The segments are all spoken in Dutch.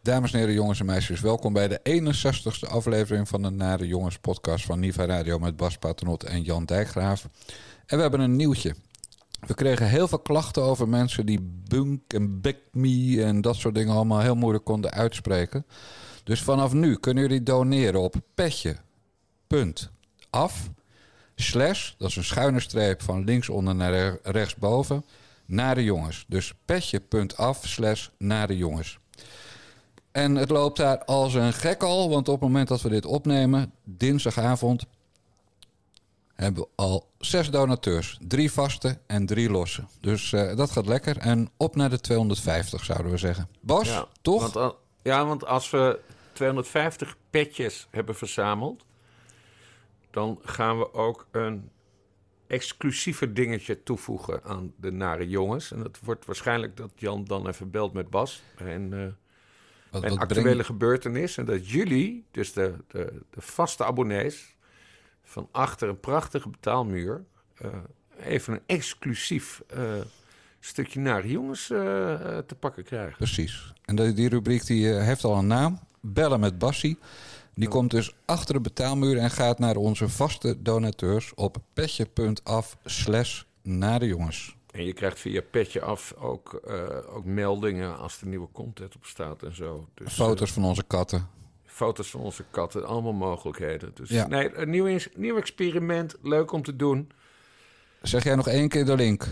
Dames en heren, jongens en meisjes, welkom bij de 61ste aflevering van de Nare Jongens podcast van Niva Radio met Bas Paternot en Jan Dijkgraaf. En we hebben een nieuwtje. We kregen heel veel klachten over mensen die bunk en bek me en dat soort dingen allemaal heel moeilijk konden uitspreken. Dus vanaf nu kunnen jullie doneren op petje.af/ dat is een schuine streep van linksonder naar rechtsboven, Nare Jongens. Dus petje.af/ Nare Jongens. En het loopt daar als een gek al, want op het moment dat we dit opnemen, dinsdagavond, hebben we al 6 donateurs. 3 vaste en 3 losse. Dus dat gaat lekker. En op naar de 250, zouden we zeggen. Bas, ja, toch? Want als we 250 petjes hebben verzameld, dan gaan we ook een exclusiever dingetje toevoegen aan de Nare Jongens. En dat wordt waarschijnlijk dat Jan dan even belt met Bas en een actuele gebeurtenis. En dat jullie, dus de vaste abonnees, van achter een prachtige betaalmuur even een exclusief stukje Nare Jongens te pakken krijgen. Precies. En die rubriek die heeft al een naam. Bellen met Bassie. Die komt dus achter de betaalmuur en gaat naar onze vaste donateurs op petje.af/ Nare Jongens. En je krijgt via Petje Af ook meldingen als er nieuwe content op staat en zo. Dus, foto's van onze katten. Foto's van onze katten, allemaal mogelijkheden. Dus ja. Nee, een nieuw experiment, leuk om te doen. Zeg jij nog 1 keer de link?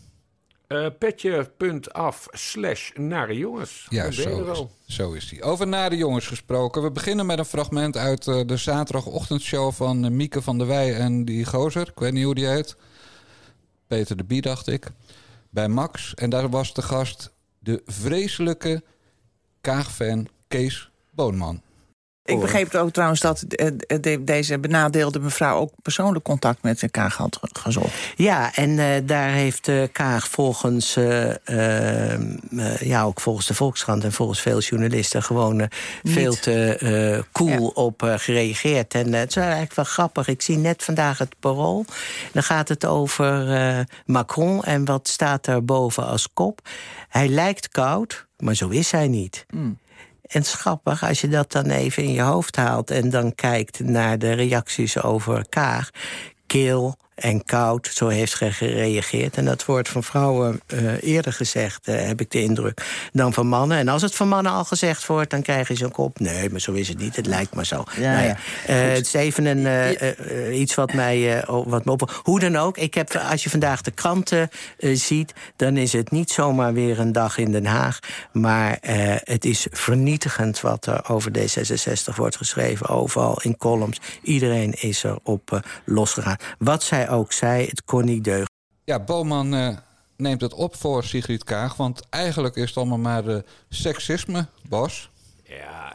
Petje.af/ Nare Jongens. Ja, zo is die. Over Nare Jongens gesproken. We beginnen met een fragment uit de zaterdagochtendshow van Mieke van der Wij en die gozer. Ik weet niet hoe die heet. Peter de Bie, dacht ik. Bij Max. En daar was de gast de vreselijke Kaag-fan Kees Boonman. Ik begreep ook trouwens dat deze benadeelde mevrouw ook persoonlijk contact met de Kaag had gezocht. Ja, en daar heeft Kaag volgens, ook volgens de Volkskrant en volgens veel journalisten gewoon veel te cool op gereageerd. En het is eigenlijk wel grappig. Ik zie net vandaag het Parool. Dan gaat het over Macron en wat staat daar boven als kop. Hij lijkt koud, maar zo is hij niet. En het is grappig, als je dat dan even in je hoofd haalt en dan kijkt naar de reacties over Kaag. Kil en koud, zo heeft ze gereageerd. En dat wordt van vrouwen eerder gezegd, heb ik de indruk, dan van mannen. En als het van mannen al gezegd wordt, dan krijgen ze een kop. Nee, maar zo is het niet, het lijkt maar zo. Het is even iets wat me op. Hoe dan ook, als je vandaag de kranten ziet, dan is het niet zomaar weer een dag in Den Haag. Maar het is vernietigend wat er over D66 wordt geschreven. Overal in columns. Iedereen is erop losgegaan. Wat zij ook zei, het kon niet deugen. Ja, Boonman neemt het op voor Sigrid Kaag, want eigenlijk is het allemaal maar seksisme, Bas. Ja,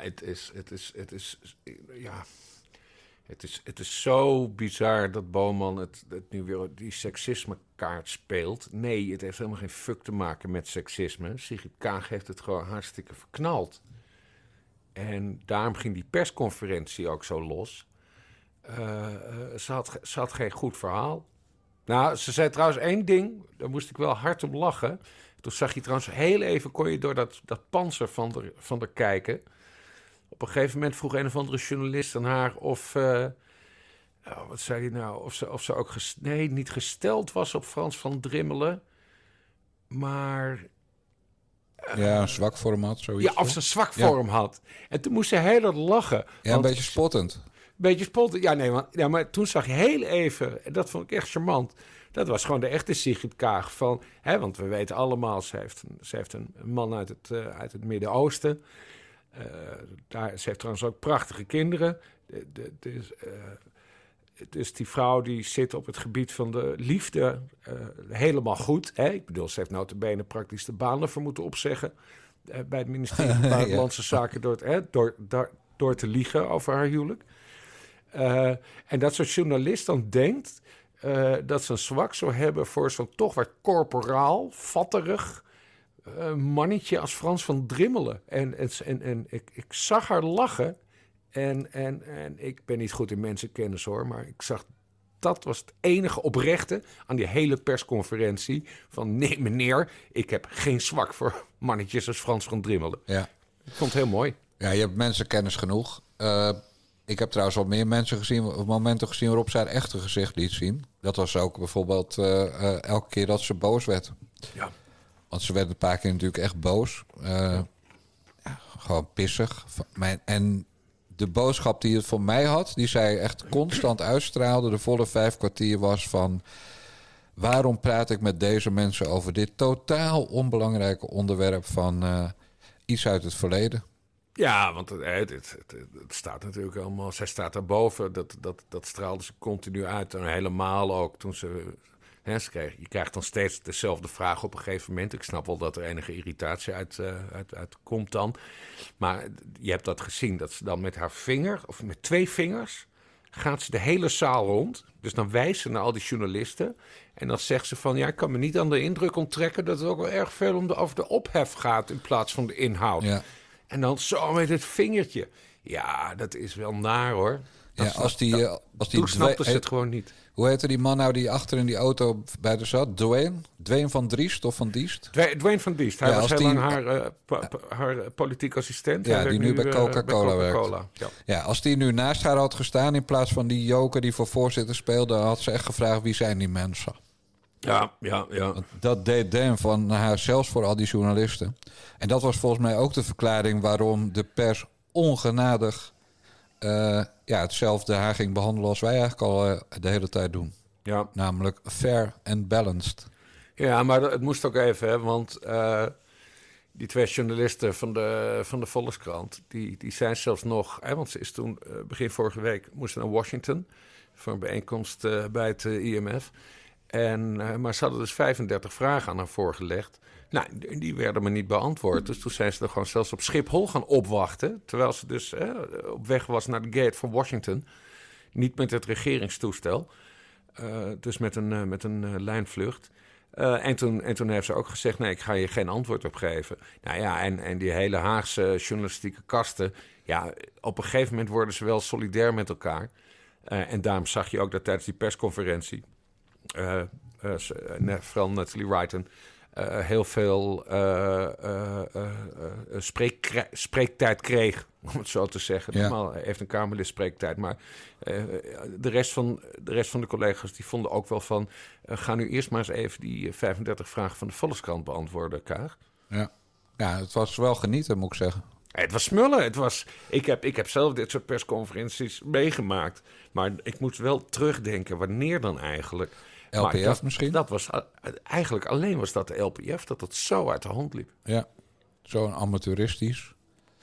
het is zo bizar dat Boonman het nu weer die seksisme-kaart speelt. Nee, het heeft helemaal geen fuck te maken met seksisme. Sigrid Kaag heeft het gewoon hartstikke verknald. En daarom ging die persconferentie ook zo los. Ze had geen goed verhaal. Nou, ze zei trouwens 1 ding, daar moest ik wel hard om lachen. Toen zag je trouwens heel even, kon je door dat panzer van de kijken. Op een gegeven moment vroeg een of andere journalist aan haar of... wat zei hij nou? Of ze ook niet gesteld was op Frans van Drimmelen. Maar... een zwak vorm had, zoiets. Ja, of ze een zwak vorm had. En toen moest ze heel hard lachen. Ja, een beetje spottend. Beetje spottend. Ja, nee, maar toen zag je heel even... En dat vond ik echt charmant. Dat was gewoon de echte Sigrid Kaag van... want we weten allemaal, ze heeft een man uit het Midden-Oosten. Ze heeft trouwens ook prachtige kinderen. Dus die vrouw die zit op het gebied van de liefde helemaal goed. Ik bedoel, ze heeft nota bene praktisch de banen voor moeten opzeggen... bij het ministerie van Buitenlandse Zaken... door te liegen over haar huwelijk. En dat zo'n journalist dan denkt... dat ze een zwak zou hebben voor zo'n toch wat corporaal, vatterig... mannetje als Frans van Drimmelen. En ik zag haar lachen... En ik ben niet goed in mensenkennis hoor, maar ik zag... Dat was het enige oprechte aan die hele persconferentie. Van nee meneer, ik heb geen zwak voor mannetjes als Frans van Drimmelen. Ja. Ik vond het heel mooi. Ja, je hebt mensenkennis genoeg. Ik heb trouwens al meer mensen gezien, momenten gezien waarop zij haar echte gezicht liet zien. Dat was ook bijvoorbeeld elke keer dat ze boos werd. Ja. Want ze werd een paar keer natuurlijk echt boos. Gewoon pissig. En de boodschap die het voor mij had, die zij echt constant uitstraalde, de volle 5 kwartier was van: waarom praat ik met deze mensen over dit totaal onbelangrijke onderwerp van iets uit het verleden? Ja, want het staat natuurlijk allemaal. Zij staat daarboven. Dat straalde ze continu uit. En helemaal ook toen ze je krijgt dan steeds dezelfde vraag op een gegeven moment. Ik snap wel dat er enige irritatie uit komt dan. Maar je hebt dat gezien. Dat ze dan met haar vinger, of met 2 vingers, gaat ze de hele zaal rond. Dus dan wijst ze naar al die journalisten. En dan zegt ze van, ik kan me niet aan de indruk onttrekken dat het ook wel erg veel over de ophef gaat in plaats van de inhoud. Ja. En dan zo met het vingertje. Ja, dat is wel naar, hoor. Toen snapte ze het gewoon niet. Hoe heette die man nou die achter in die auto bij de zat? Dwayne van Driest of van Diest? Dwayne van Diest. Hij was heel lang haar politiek assistent. Ja, die nu bij Coca-Cola werkt. Ja, als die nu naast haar had gestaan in plaats van die joker die voor voorzitter speelde, had ze echt gevraagd: wie zijn die mensen? Ja. Dat deed Dan van haar, zelfs voor al die journalisten. En dat was volgens mij ook de verklaring waarom de pers ongenadig hetzelfde haar ging behandelen als wij eigenlijk al de hele tijd doen. Ja. Namelijk fair and balanced. Ja, maar het moest ook even, hè, want die 2 journalisten van de Volkskrant, die zijn zelfs nog, want ze is toen begin vorige week moest naar Washington voor een bijeenkomst bij het IMF. Maar ze hadden dus 35 vragen aan haar voorgelegd. Nou, die werden maar niet beantwoord. Dus toen zijn ze er gewoon zelfs op Schiphol gaan opwachten. Terwijl ze dus op weg was naar de gate van Washington. Niet met het regeringstoestel. Dus met een lijnvlucht. En toen heeft ze ook gezegd: nee, ik ga je geen antwoord op geven. Nou ja, en die hele Haagse journalistieke kasten. Ja, op een gegeven moment worden ze wel solidair met elkaar. En daarom zag je ook dat tijdens die persconferentie vooral Natalie Wrighton heel veel spreektijd kreeg, om het zo te zeggen. Ja. Normaal heeft een Kamerlid spreektijd, maar de rest van de collega's die vonden ook wel van: ga nu eerst maar eens even die 35 vragen van de Volkskrant beantwoorden, Kaag. Ja, het was wel genieten, moet ik zeggen. Het was smullen. Ik heb zelf dit soort persconferenties meegemaakt. Maar ik moet wel terugdenken, wanneer dan eigenlijk? LPF misschien? Dat was eigenlijk alleen was dat de LPF, dat zo uit de hand liep. Ja, zo amateuristisch.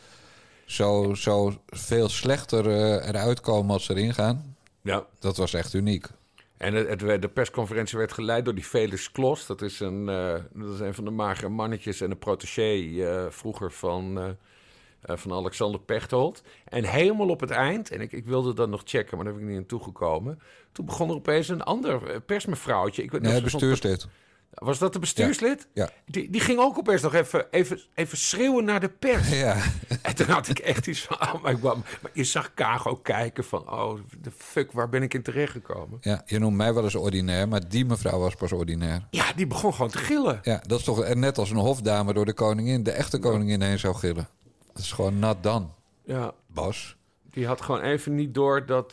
Zo veel slechter eruit komen als ze erin gaan. Ja. Dat was echt uniek. En de persconferentie werd geleid door die Felix Klos. Dat is een van de magere mannetjes en een protégé vroeger van Alexander Pechtold. En helemaal op het eind, en ik wilde dat nog checken, maar daar ben ik niet aan toegekomen. Toen begon er opeens een ander persmevrouwtje. Bestuurslid. Was dat de bestuurslid? Ja. Die ging ook opeens nog even schreeuwen naar de pers. Ja. En toen had ik echt iets van: maar je zag Kaag ook kijken van: oh, de fuck, waar ben ik in terechtgekomen? Ja, je noemt mij wel eens ordinair, maar die mevrouw was pas ordinair. Ja, die begon gewoon te gillen. Ja, dat is toch net als een hofdame door de koningin, de echte koningin heen zou gillen. Dat is gewoon nat dan. Ja. Bas. Die had gewoon even niet door dat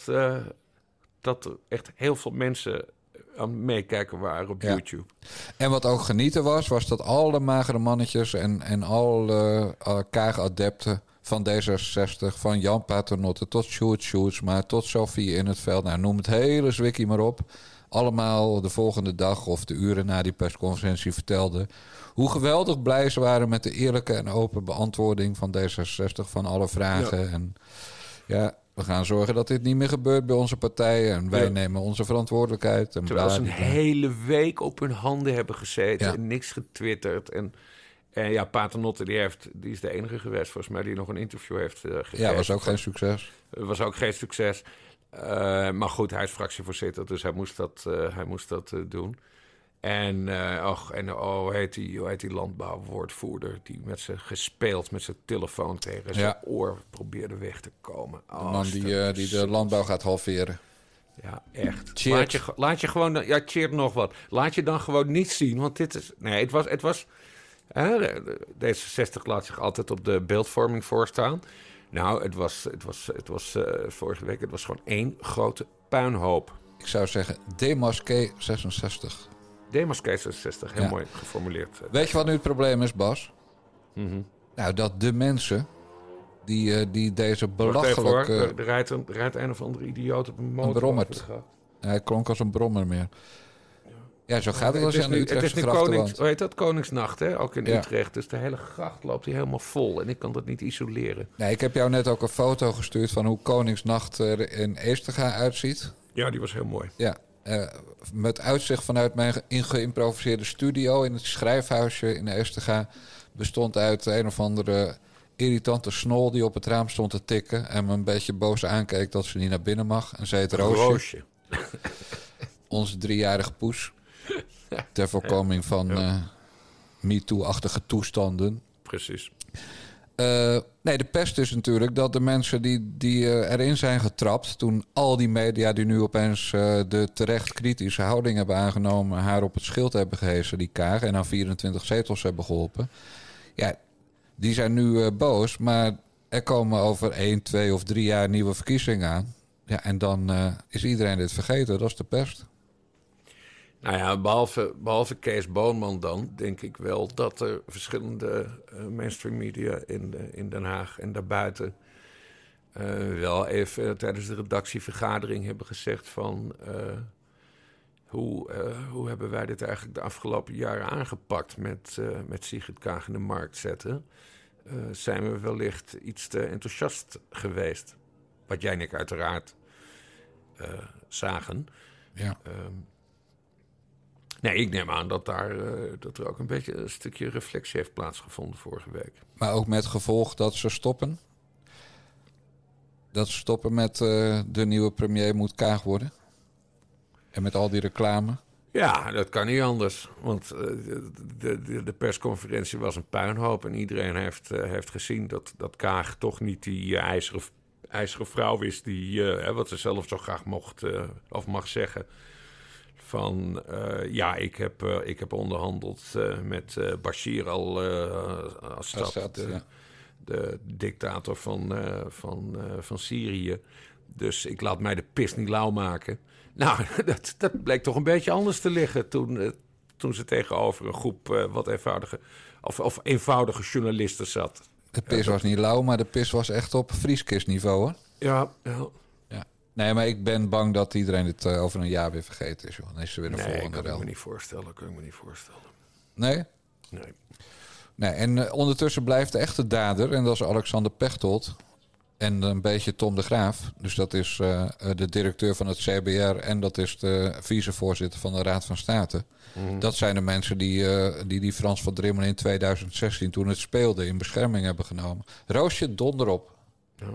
er echt heel veel mensen aan het meekijken waren op YouTube. En wat ook genieten was dat alle magere mannetjes en alle Kaag-adepten van D66, van Jan Paternotte tot Sjoerd Sjoerdsma tot Sophie in het veld, nou, noem het hele zwikkie maar op, allemaal de volgende dag of de uren na die persconferentie vertelden hoe geweldig blij ze waren met de eerlijke en open beantwoording van D66 van alle vragen. Ja. En ja, we gaan zorgen dat dit niet meer gebeurt bij onze partijen. En wij nemen onze verantwoordelijkheid. En terwijl ze een hele week op hun handen hebben gezeten en niks getwitterd. En ja, Paternotte die is de enige geweest volgens mij die nog een interview heeft gegeven. Ja, was ook geen succes. Was ook geen succes. Maar goed, hij is fractievoorzitter, dus hij moest dat doen. En hoe heet die landbouwwoordvoerder die met zijn telefoon tegen zijn oor probeerde weg te komen. De man die de landbouw gaat halveren. Ja, echt. Laat je gewoon... Ja, cheert nog wat. Laat je dan gewoon niet zien, want dit is... Nee, het was D66 laat zich altijd op de beeldvorming voorstaan. Nou, het was vorige week, het was gewoon één grote puinhoop. Ik zou zeggen Demasqué 66. Demasqué 66, heel mooi geformuleerd. Weet je wat nu het probleem is, Bas? Mm-hmm. Nou, dat de mensen die deze Wacht even, belachelijke... hoor. Er rijdt een of andere idioot op een motor. Een brommert. Hij klonk als een brommer meer. Ja, zo gaat het als je aan de Utrechtse grachten woont. Hoe heet dat? Koningsnacht, hè? Ook in Utrecht. Dus de hele gracht loopt hier helemaal vol. En ik kan dat niet isoleren. Nee, ik heb jou net ook een foto gestuurd van hoe Koningsnacht er in Eestega uitziet. Ja, die was heel mooi. Ja, met uitzicht vanuit mijn geïmproviseerde studio in het schrijfhuisje in Eestega bestond uit een of andere irritante snol die op het raam stond te tikken en me een beetje boos aankeek dat ze niet naar binnen mag. En ze heet Roosje. Onze 3-jarige poes. Ter voorkoming van MeToo-achtige toestanden. Precies. Nee, de pest is natuurlijk dat de mensen die erin zijn getrapt toen al die media die nu opeens de terecht kritische houding hebben aangenomen, haar op het schild hebben gehesen, die Kaag, en aan 24 zetels hebben geholpen. Ja, die zijn nu boos, maar er komen over 1, 2 of 3 jaar nieuwe verkiezingen aan. Ja, en dan is iedereen dit vergeten. Dat is de pest. Nou ja, behalve Kees Boonman dan, denk ik wel dat er verschillende mainstream media in Den Haag en daarbuiten wel even tijdens de redactievergadering hebben gezegd van hoe hebben wij dit eigenlijk de afgelopen jaren aangepakt met Sigrid Kaag in de markt zetten? Zijn we wellicht iets te enthousiast geweest? Wat jij en ik uiteraard zagen. Ja. Nee, ik neem aan dat er ook een beetje een stukje reflectie heeft plaatsgevonden vorige week. Maar ook met gevolg dat ze stoppen? Dat ze stoppen met de nieuwe premier moet Kaag worden? En met al die reclame? Ja, dat kan niet anders. Want de persconferentie was een puinhoop. En iedereen heeft gezien dat Kaag toch niet die ijzeren vrouw is die, wat ze zelf zo graag mocht of mag zeggen. Van ik heb onderhandeld met Bashir al-Assad, de dictator van Syrië. Dus ik laat mij de pis niet lauw maken. Nou, dat bleek toch een beetje anders te liggen toen ze tegenover een groep wat eenvoudige of eenvoudige journalisten zat. De pis was niet lauw, maar de pis was echt op vrieskistniveau, hoor. Ja. Nee, maar ik ben bang dat iedereen dit over een jaar weer vergeten is. Joh. Dan is er weer een volgende kan rel. ik me niet voorstellen. Nee? Nee, en ondertussen blijft de echte dader, en dat is Alexander Pechtold en een beetje Tom de Graaf. Dus dat is de directeur van het CBR en dat is de vicevoorzitter van de Raad van State. Mm. Dat zijn de mensen die Frans van Drimmelen in 2016, toen het speelde, in bescherming hebben genomen. Roosje, donder op. Ja.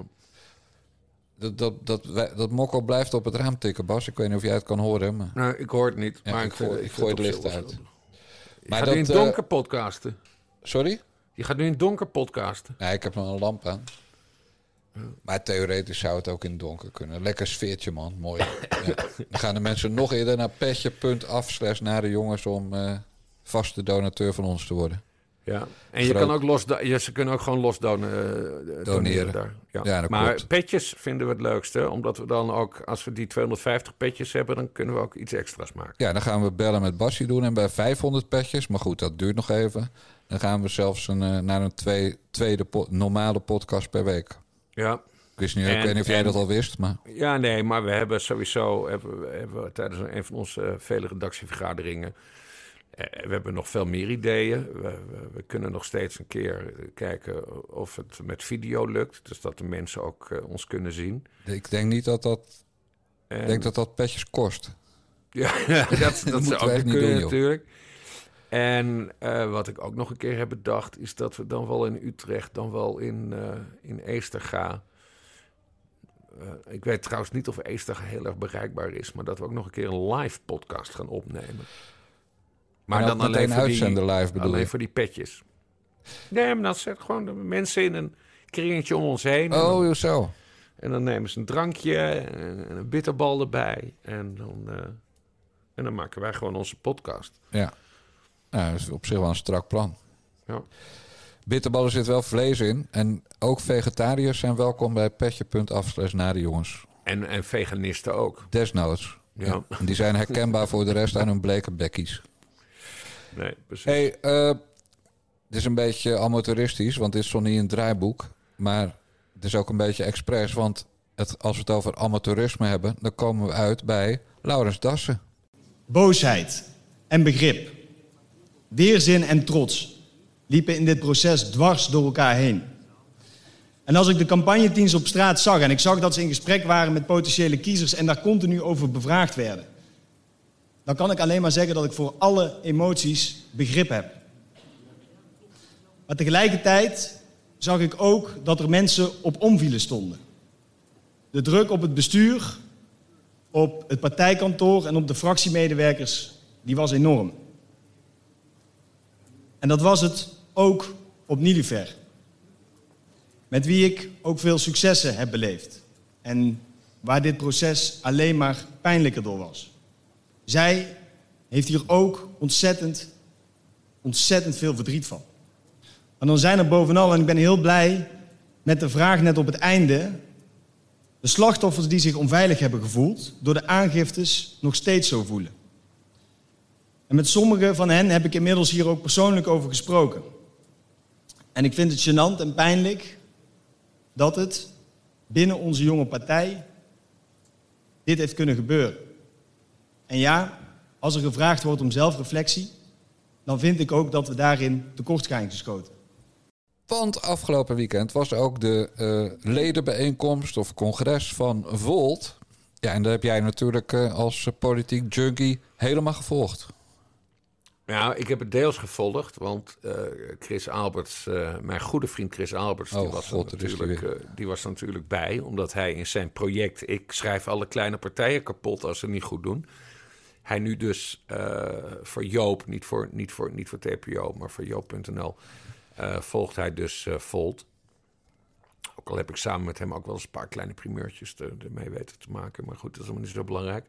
Dat mokkel blijft op het raam tikken, Bas. Ik weet niet of jij het kan horen. Maar... Nou, ik hoor het niet. Ja, maar ik gooi het licht uit. Je gaat nu in donker podcasten. Sorry? Je gaat nu in donker podcasten. Nee, ik heb nog een lamp aan. Ja. Maar theoretisch zou het ook in het donker kunnen. Lekker sfeertje, man. Mooi. Ja. Dan gaan de mensen nog eerder naar petje.af/narejongens om vaste donateur van ons te worden. Ja, en je kan ook ze kunnen ook gewoon los doneren daar. Ja, maar klopt. Petjes vinden we het leukste, omdat we dan ook, als we die 250 petjes hebben, dan kunnen we ook iets extra's maken. Ja, dan gaan we bellen met Bassie doen en bij 500 petjes, maar goed, dat duurt nog even. Dan gaan we zelfs naar een tweede normale podcast per week. Ja. Ik weet niet of jij dat al wist, maar... Ja, nee, maar we hebben sowieso hebben tijdens een van onze vele redactievergaderingen... we hebben nog veel meer ideeën. We kunnen nog steeds een keer kijken of het met video lukt. Dus dat de mensen ook ons kunnen zien. Ik denk niet dat petjes kost. Ja, dat zou ook kunnen natuurlijk. En wat ik ook nog een keer heb bedacht... is dat we dan wel in Utrecht, dan wel in Eestega... ik weet trouwens niet of Eestega heel erg bereikbaar is... maar dat we ook nog een keer een live podcast gaan opnemen... Maar dan alleen voor die petjes. Nee, maar dan zet gewoon de mensen in een kringetje om ons heen. Oh, zo. En dan nemen ze een drankje en een bitterbal erbij. En dan maken wij gewoon onze podcast. Ja. Nou, dat is op zich wel een strak plan. Ja. Bitterballen zit wel vlees in. En ook vegetariërs zijn welkom bij petje.af/nadejongens. En veganisten ook. Desnoods. Ja. Ja. En die zijn herkenbaar voor de rest aan hun bleke bekkies. Nee, precies. Hey, dit is een beetje amateuristisch, want dit stond niet in het draaiboek. Maar het is ook een beetje expres, want als we het over amateurisme hebben, dan komen we uit bij Laurens Dassen. Boosheid en begrip, weerzin en trots liepen in dit proces dwars door elkaar heen. En als ik de campagneteams op straat zag en ik zag dat ze in gesprek waren met potentiële kiezers en daar continu over bevraagd werden, dan kan ik alleen maar zeggen dat ik voor alle emoties begrip heb. Maar tegelijkertijd zag ik ook dat er mensen op omvielen stonden. De druk op het bestuur, op het partijkantoor en op de fractiemedewerkers, die was enorm. En dat was het ook op Nilufer, met wie ik ook veel successen heb beleefd. En waar dit proces alleen maar pijnlijker door was. Zij heeft hier ook ontzettend veel verdriet van. En dan zijn er bovenal, en ik ben heel blij met de vraag net op het einde, de slachtoffers die zich onveilig hebben gevoeld, door de aangiftes nog steeds zo voelen. En met sommige van hen heb ik inmiddels hier ook persoonlijk over gesproken. En ik vind het gênant en pijnlijk dat het binnen onze jonge partij dit heeft kunnen gebeuren. En ja, als er gevraagd wordt om zelfreflectie, dan vind ik ook dat we daarin tekort zijn geschoten. Want afgelopen weekend was ook de ledenbijeenkomst of congres van Volt. Ja, en daar heb jij natuurlijk als politiek junkie helemaal gevolgd. Nou, ik heb het deels gevolgd, want Chris Alberts, mijn goede vriend Chris Alberts, die was natuurlijk bij, omdat hij in zijn project, ik schrijf alle kleine partijen kapot als ze niet goed doen. Hij nu dus voor Joop, niet voor TPO, maar voor Joop.nl, volgt hij dus Volt. Ook al heb ik samen met hem ook wel eens een paar kleine primeurtjes ermee weten te maken. Maar goed, dat is allemaal niet zo belangrijk.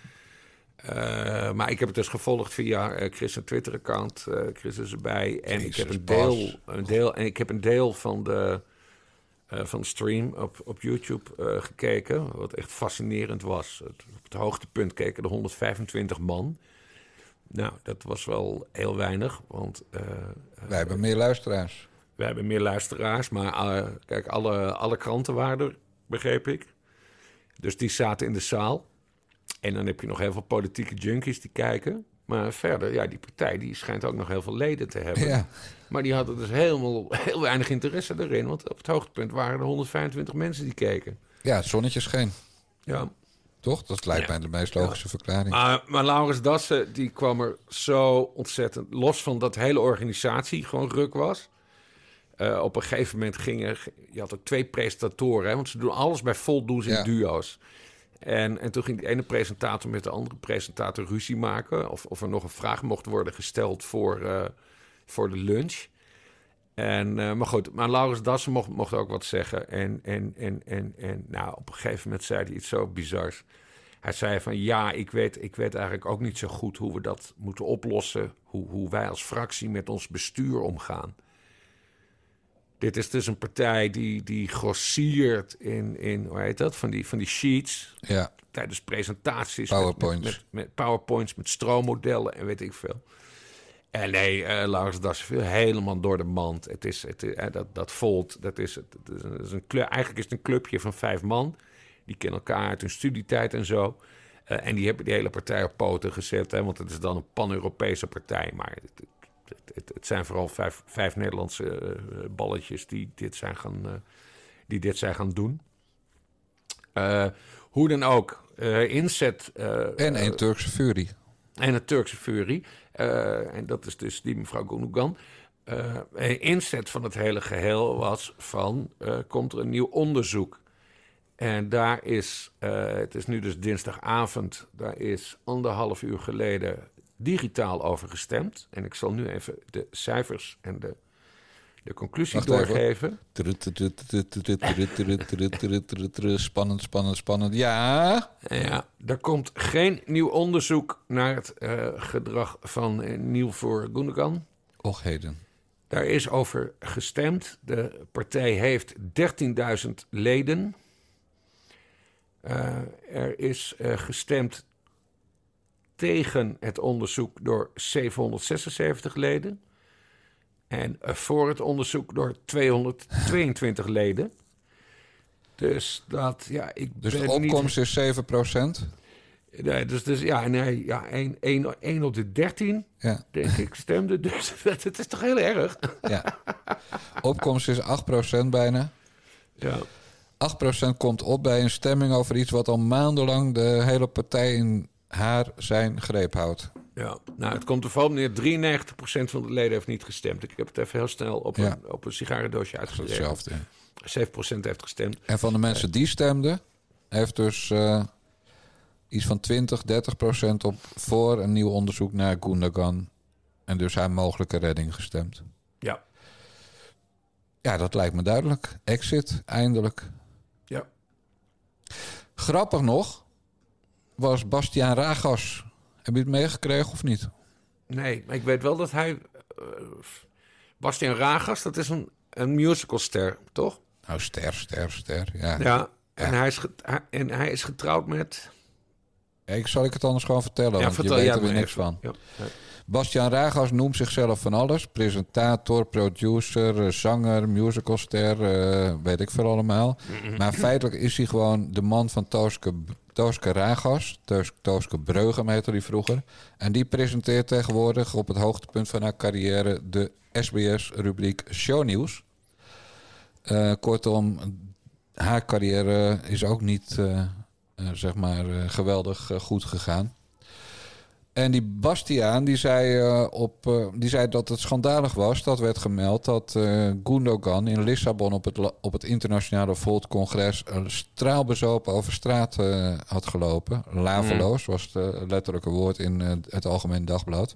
Maar ik heb het dus gevolgd via Chris' Twitter-account. Chris is erbij. En ik heb een deel van de stream op YouTube gekeken. Wat echt fascinerend was. Op het hoogtepunt keken de 125 man. Nou, dat was wel heel weinig. Want wij hebben meer luisteraars. We hebben meer luisteraars. Maar kijk, alle kranten waren er, begreep ik. Dus die zaten in de zaal. En dan heb je nog heel veel politieke junkies die kijken. Maar verder, ja, die partij die schijnt ook nog heel veel leden te hebben. Ja. Maar die hadden dus heel weinig interesse erin. Want op het hoogtepunt waren er 125 mensen die keken. Ja, het zonnetje scheen. Ja. Toch? Dat lijkt mij de meest logische verklaring. Maar Laurens Dassen, die kwam er zo ontzettend... Los van dat de hele organisatie gewoon ruk was. Op een gegeven moment je had ook 2 presentatoren. Hè, want ze doen alles bij Volt, doen ze in duo's. En toen ging de ene presentator met de andere presentator ruzie maken. Of er nog een vraag mocht worden gesteld voor de lunch. Maar goed, maar Laurens Dassen mocht ook wat zeggen. En nou, op een gegeven moment zei hij iets zo bizars. Hij zei van ja, ik weet eigenlijk ook niet zo goed hoe we dat moeten oplossen. Hoe wij als fractie met ons bestuur omgaan. Dit is dus een partij die grossiert in hoe heet dat? Van die sheets. Ja. Tijdens presentaties. PowerPoints. Met PowerPoints, met stroommodellen en weet ik veel. En nee, Laurens Dassen viel helemaal door de mand. Dat Volt, eigenlijk is het een clubje van 5 man. Die kennen elkaar uit hun studietijd en zo. En die hebben die hele partij op poten gezet. Hè, want het is dan een pan-Europese partij. Maar het zijn vooral 5 Nederlandse balletjes die dit zijn gaan doen. Hoe dan ook, inzet... en een Turkse furie. En een Turkse furie. En dat is dus die mevrouw Gündoğan. Inzet van het hele geheel was van... komt er een nieuw onderzoek. En daar is... het is nu dus dinsdagavond. Daar is 1,5 uur geleden digitaal over gestemd. En ik zal nu even de cijfers en de conclusie doorgeven. Spannend. Ja. Ja, er komt geen nieuw onderzoek naar het gedrag van Niel voor Gündoğan. Och heden. Daar is over gestemd. De partij heeft 13.000 leden. Er is gestemd tegen het onderzoek door 776 leden. En voor het onderzoek door 222 leden. Dus dat, ja, Dus de opkomst is 7%? Nee, dus ja, nee, ja, 1 op de 13, denk ik, stemde. Dus het is toch heel erg? Ja. Opkomst is 8% bijna. Ja. 8% komt op bij een stemming over iets wat al maandenlang de hele partij in zijn greep houdt. Ja, nou, het komt ervan neer, 93% van de leden heeft niet gestemd. Ik heb het even heel snel op een sigarendoosje uitgeschreven. Hetzelfde. 7% heeft gestemd. En van de mensen die stemden, heeft dus iets van 20-30% op voor een nieuw onderzoek naar Gundogan en dus haar mogelijke redding gestemd. Ja. Ja, dat lijkt me duidelijk. Exit, eindelijk. Ja. Grappig nog was Bastiaan Ragas. Heb je het meegekregen of niet? Nee, maar ik weet wel dat hij... Bastiaan Ragas, dat is een musicalster, toch? Nou, ster, ja. Ja, en hij is getrouwd met... Zal ik het anders gewoon vertellen? Want je weet er weer niks van. Ja. Bastiaan Ragas noemt zichzelf van alles. Presentator, producer, zanger, musicalster, weet ik veel allemaal. Mm-hmm. Maar feitelijk is hij gewoon de man van Tooske Ragas. Tooske Breugem heette hij vroeger. En die presenteert tegenwoordig op het hoogtepunt van haar carrière de SBS-rubriek Shownieuws. Kortom, haar carrière is ook niet geweldig goed gegaan. En die Bastiaan die zei dat het schandalig was. Dat werd gemeld dat Gundogan in Lissabon op het internationale Volt-congres straalbezopen over straat had gelopen. Laveloos was het letterlijke woord in het Algemeen Dagblad.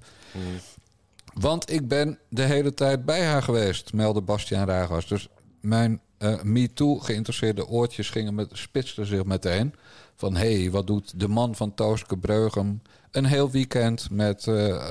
Want ik ben de hele tijd bij haar geweest, meldde Bastiaan Ragas. Dus mijn MeToo geïnteresseerde oortjes spitsten zich meteen. Van wat doet de man van Tooske Breugem een heel weekend met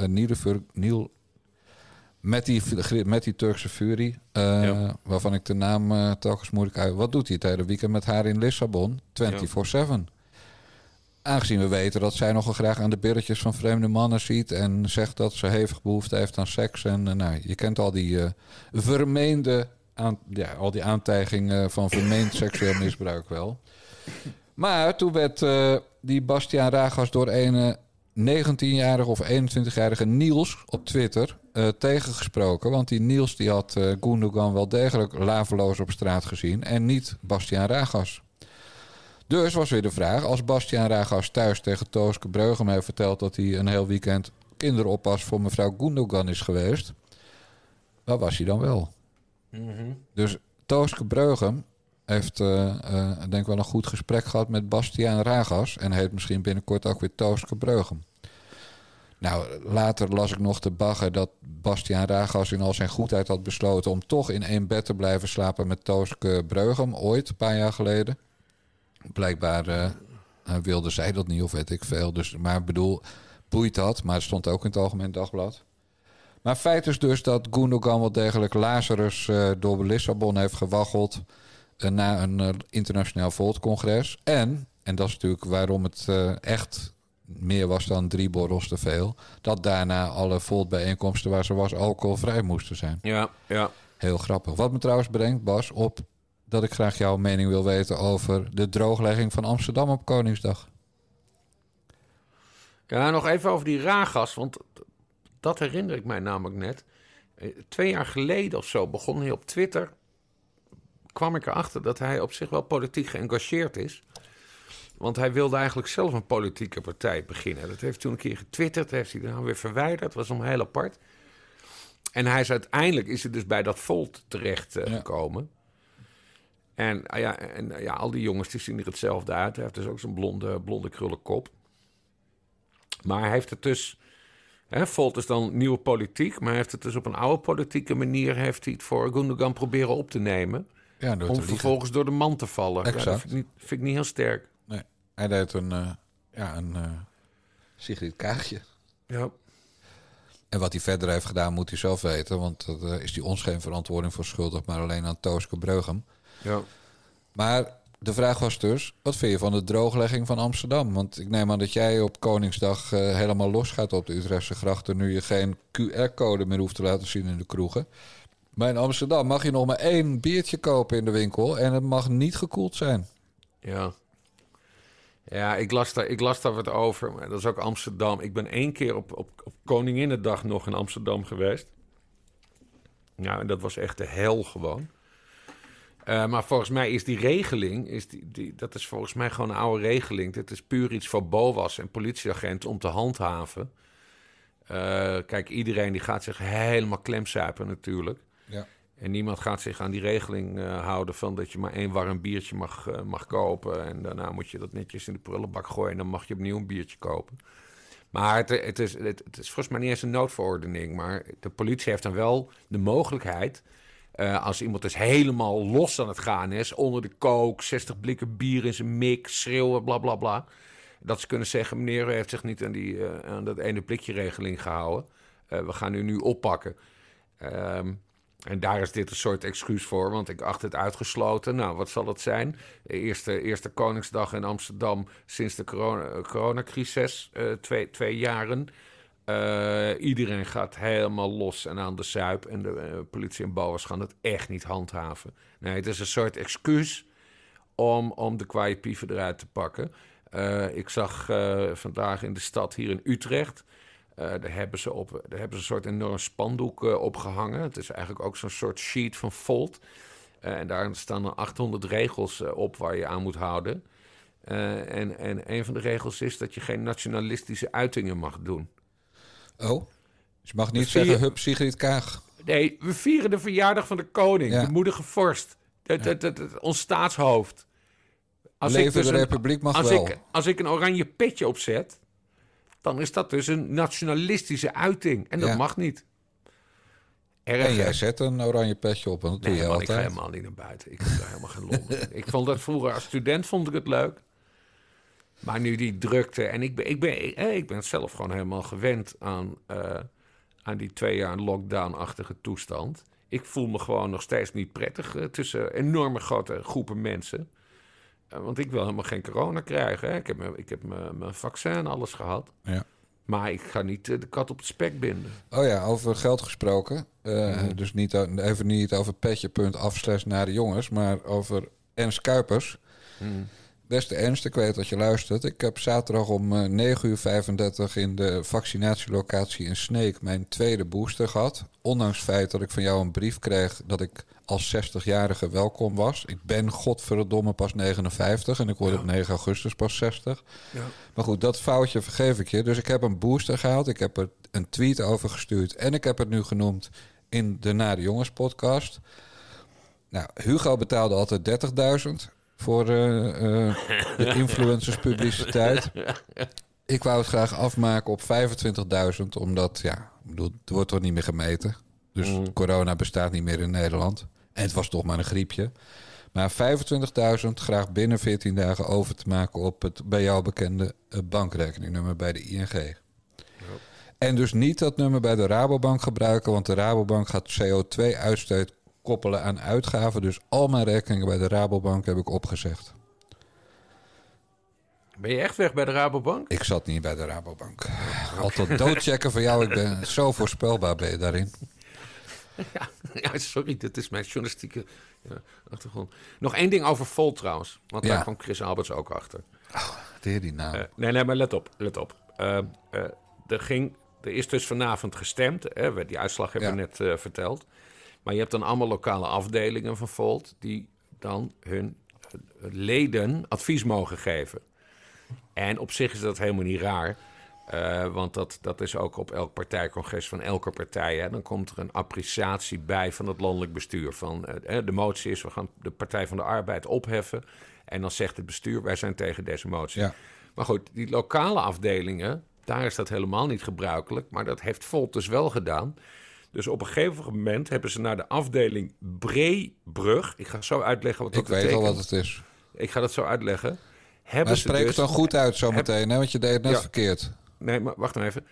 met die Turkse Fury. Waarvan ik de naam telkens moeilijk uit. Wat doet hij het hele weekend met haar in Lissabon? 24/7. Aangezien we weten dat zij nogal graag aan de billetjes van vreemde mannen ziet en zegt dat ze hevig behoefte heeft aan seks. En je kent al die vermeende al die aantijgingen van vermeend seksueel misbruik wel. Maar toen werd die Bastiaan Ragas door een 19-jarige of 21-jarige Niels op Twitter tegengesproken. Want die Niels die had Gundogan wel degelijk laveloos op straat gezien en niet Bastiaan Ragas. Dus was weer de vraag, als Bastiaan Ragas thuis tegen Tooske Breugem heeft verteld dat hij een heel weekend kinderoppas voor mevrouw Gundogan is geweest, waar was hij dan wel? Mm-hmm. Dus Tooske Breugem heeft denk ik wel een goed gesprek gehad met Bastiaan Ragas en heet misschien binnenkort ook weer Tooske Breugem. Nou, later las ik nog te bagger dat Bastiaan Ragas in al zijn goedheid had besloten om toch in één bed te blijven slapen met Tooske Breugem, ooit, een paar jaar geleden. Blijkbaar wilde zij dat niet, of weet ik veel. Dus, maar ik bedoel, boeit dat. Maar het stond ook in het Algemeen Dagblad. Maar feit is dus dat Gundogan wel degelijk Lazarus door Lissabon heeft gewaggeld na een internationaal Volt-congres. En dat is natuurlijk waarom het echt meer was dan 3 borrels te veel, dat daarna alle Volt-bijeenkomsten waar ze was alcoholvrij moesten zijn. Ja. Heel grappig. Wat me trouwens brengt, Bas, op dat ik graag jouw mening wil weten over de drooglegging van Amsterdam op Koningsdag. Ja, nog even over die Ragas, want dat herinner ik mij namelijk net. 2 jaar geleden of zo begon hij op Twitter, kwam ik erachter dat hij op zich wel politiek geëngageerd is. Want hij wilde eigenlijk zelf een politieke partij beginnen. Dat heeft hij toen een keer getwitterd, heeft hij daarna weer verwijderd. Dat was hem heel apart. En hij is uiteindelijk dus bij dat Volt terecht gekomen. En al die jongens die zien er hetzelfde uit. Hij heeft dus ook zo'n blonde krullenkop. Maar hij heeft het dus... Volt is dan nieuwe politiek, maar hij heeft het dus op een oude politieke manier... heeft hij het voor Gundogan proberen op te nemen. Ja, om vervolgens door de man te vallen. Exact. Ja, dat vind ik niet heel sterk. Nee, hij deed een Sigrid Kaagje. Ja. En wat hij verder heeft gedaan, moet hij zelf weten. Want daar is hij ons geen verantwoording voor schuldig, maar alleen aan Tooske Breugem. Ja. Maar de vraag was dus, wat vind je van de drooglegging van Amsterdam? Want ik neem aan dat jij op Koningsdag helemaal los gaat op de Utrechtse grachten, nu je geen QR-code meer hoeft te laten zien in de kroegen. Maar in Amsterdam mag je nog maar 1 biertje kopen in de winkel en het mag niet gekoeld zijn. Ja. Ja, ik las daar wat over. Maar dat is ook Amsterdam. Ik ben 1 keer op Koninginnedag nog in Amsterdam geweest. Nou, en dat was echt de hel gewoon. Maar volgens mij is die regeling, dat is volgens mij gewoon een oude regeling. Dit is puur iets voor BOA's en politieagenten om te handhaven. Kijk, iedereen die gaat zich helemaal klemzuipen natuurlijk. Ja. En niemand gaat zich aan die regeling houden van dat je maar 1 warm biertje mag kopen. En daarna moet je dat netjes in de prullenbak gooien en dan mag je opnieuw een biertje kopen. Maar het is volgens mij niet eens een noodverordening. Maar de politie heeft dan wel de mogelijkheid, als iemand dus helemaal los aan het gaan is, onder de kook, 60 blikken bier in zijn mik, schreeuwen, bla bla bla, dat ze kunnen zeggen, meneer, u heeft zich niet aan dat ene blikje regeling gehouden. We gaan u nu oppakken. En daar is dit een soort excuus voor, want ik acht het uitgesloten. Nou, wat zal het zijn? Eerste Koningsdag in Amsterdam sinds de coronacrisis, 2 jaren. Iedereen gaat helemaal los en aan de zuip. En de politie en BOA's gaan het echt niet handhaven. Nee, het is een soort excuus om de kwaaie pieven eruit te pakken. Ik zag vandaag in de stad hier in Utrecht, daar hebben ze een soort enorm spandoek opgehangen. Het is eigenlijk ook zo'n soort sheet van Volt. En daar staan er 800 regels op waar je aan moet houden. En een van de regels is dat je geen nationalistische uitingen mag doen. Oh, dus je mag niet zeggen, hup, Sigrid Kaag. Nee, we vieren de verjaardag van de koning, Ja. de moedige vorst, ons staatshoofd. Leven de republiek mag wel. Als ik een oranje petje opzet, dan is dat dus een nationalistische uiting. En dat mag niet. Erg, en jij zet een oranje petje op, en dat doe je man, altijd. ik ga helemaal niet naar buiten. Ik heb daar helemaal geen lol mee. Ik vond dat vroeger als student vond ik het leuk. Maar nu die drukte. En ik ben zelf gewoon helemaal gewend aan die 2 jaar lockdown-achtige toestand. Ik voel me gewoon nog steeds niet prettig tussen enorme grote groepen mensen. Want ik wil helemaal geen corona krijgen. Hè. Ik heb mijn vaccin en alles gehad. Ja. Maar ik ga niet de kat op het spek binden. Oh ja, over geld gesproken. Dus even niet over petje.af/narejongens, maar over Ernst Kuipers. Beste Ernst, ik weet dat je luistert. Ik heb zaterdag om 9:35 in de vaccinatielocatie in Sneek mijn 2e booster gehad. Ondanks het feit dat ik van jou een brief kreeg dat ik als 60-jarige welkom was. Ik ben godverdomme pas 59 en ik word op 9 augustus pas 60. Ja. Maar goed, dat foutje vergeef ik je. Dus ik heb een booster gehaald. Ik heb er een tweet over gestuurd. En ik heb het nu genoemd in de Nare Jongens podcast. Nou, Hugo betaalde altijd 30.000 voor de influencerspubliciteit. Ik wou het graag afmaken op 25.000. Omdat, ja, het wordt toch niet meer gemeten. Dus corona bestaat niet meer in Nederland. En het was toch maar een griepje. Maar 25.000 graag binnen 14 dagen over te maken op het bij jou bekende bankrekeningnummer bij de ING. Ja. En dus niet dat nummer bij de Rabobank gebruiken, want de Rabobank gaat CO2-uitstoot koppelen aan uitgaven. Dus al mijn rekeningen bij de Rabobank heb ik opgezegd. Ben je echt weg bij de Rabobank? Ik zat niet bij de Rabobank. Altijd doodchecken van jou. Ik ben zo voorspelbaar ben je daarin. Ja, sorry, dit is mijn journalistieke achtergrond. Nog 1 ding over Volt trouwens. Want daar kwam Chris Alberts ook achter. Die naam. Nee, maar let op. Er is dus vanavond gestemd. Die uitslag hebben we net verteld. Maar je hebt dan allemaal lokale afdelingen van Volt die dan hun leden advies mogen geven. En op zich is dat helemaal niet raar. Want dat is ook op elk partijcongres van elke partij. Hè. Dan komt er een appreciatie bij van het landelijk bestuur. De motie is, we gaan de Partij van de Arbeid opheffen. En dan zegt het bestuur, wij zijn tegen deze motie. Ja. Maar goed, die lokale afdelingen, daar is dat helemaal niet gebruikelijk. Maar dat heeft Volt dus wel gedaan. Dus op een gegeven moment hebben ze naar de afdeling Breebrug. Ik ga zo uitleggen wat dat betekent. Ik weet al wat het is. Ik ga dat zo uitleggen. Maar spreek het dan goed uit zometeen, hè? Want je deed het net verkeerd. Nee, maar wacht nou even.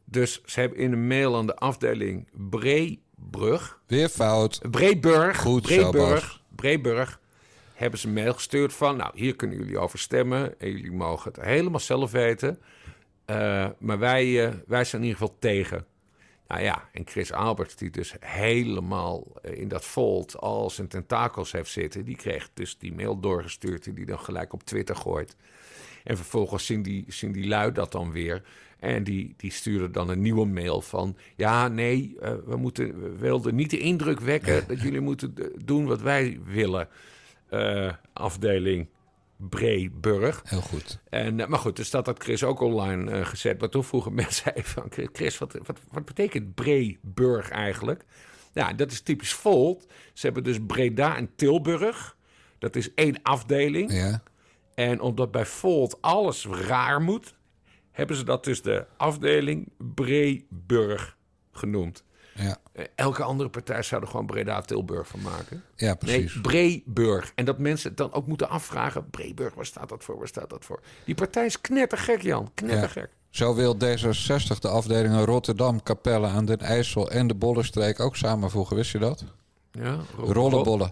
Dus ze hebben in een mail aan de afdeling Breeburg... Weer fout. Breeburg. Goed zo, Bas. Breeburg hebben ze een mail gestuurd van... nou, hier kunnen jullie over stemmen en jullie mogen het helemaal zelf weten. Maar wij zijn in ieder geval tegen. Nou ja, en Chris Alberts, die dus helemaal in dat Volt al zijn tentakels heeft zitten... die kreeg dus die mail doorgestuurd die hij dan gelijk op Twitter gooit. En vervolgens zien die lui dat dan weer... En die sturen dan een nieuwe mail van... ja, nee, we wilden niet de indruk wekken... dat jullie moeten doen wat wij willen. Afdeling Breeburg. Heel goed. Maar goed, dus dat had Chris ook online gezet. Maar toen vroegen mensen even aan Chris... wat betekent Breeburg eigenlijk? Ja, dat is typisch Volt. Ze hebben dus Breda en Tilburg. Dat is 1 afdeling. Ja. En omdat bij Volt alles raar moet... hebben ze dat dus de afdeling Breeburg genoemd. Ja. Elke andere partij zou er gewoon Breda-Tilburg van maken. Ja, precies. Nee, Breeburg. En dat mensen het dan ook moeten afvragen... Breeburg, waar staat dat voor? Waar staat dat voor? Die partij is knettergek, Jan. Knettergek. Ja. Zo wil D66 de afdelingen Rotterdam, Capelle aan den IJssel... en de Bollenstreek ook samenvoegen. Wist je dat? Ja, Rollenbollen.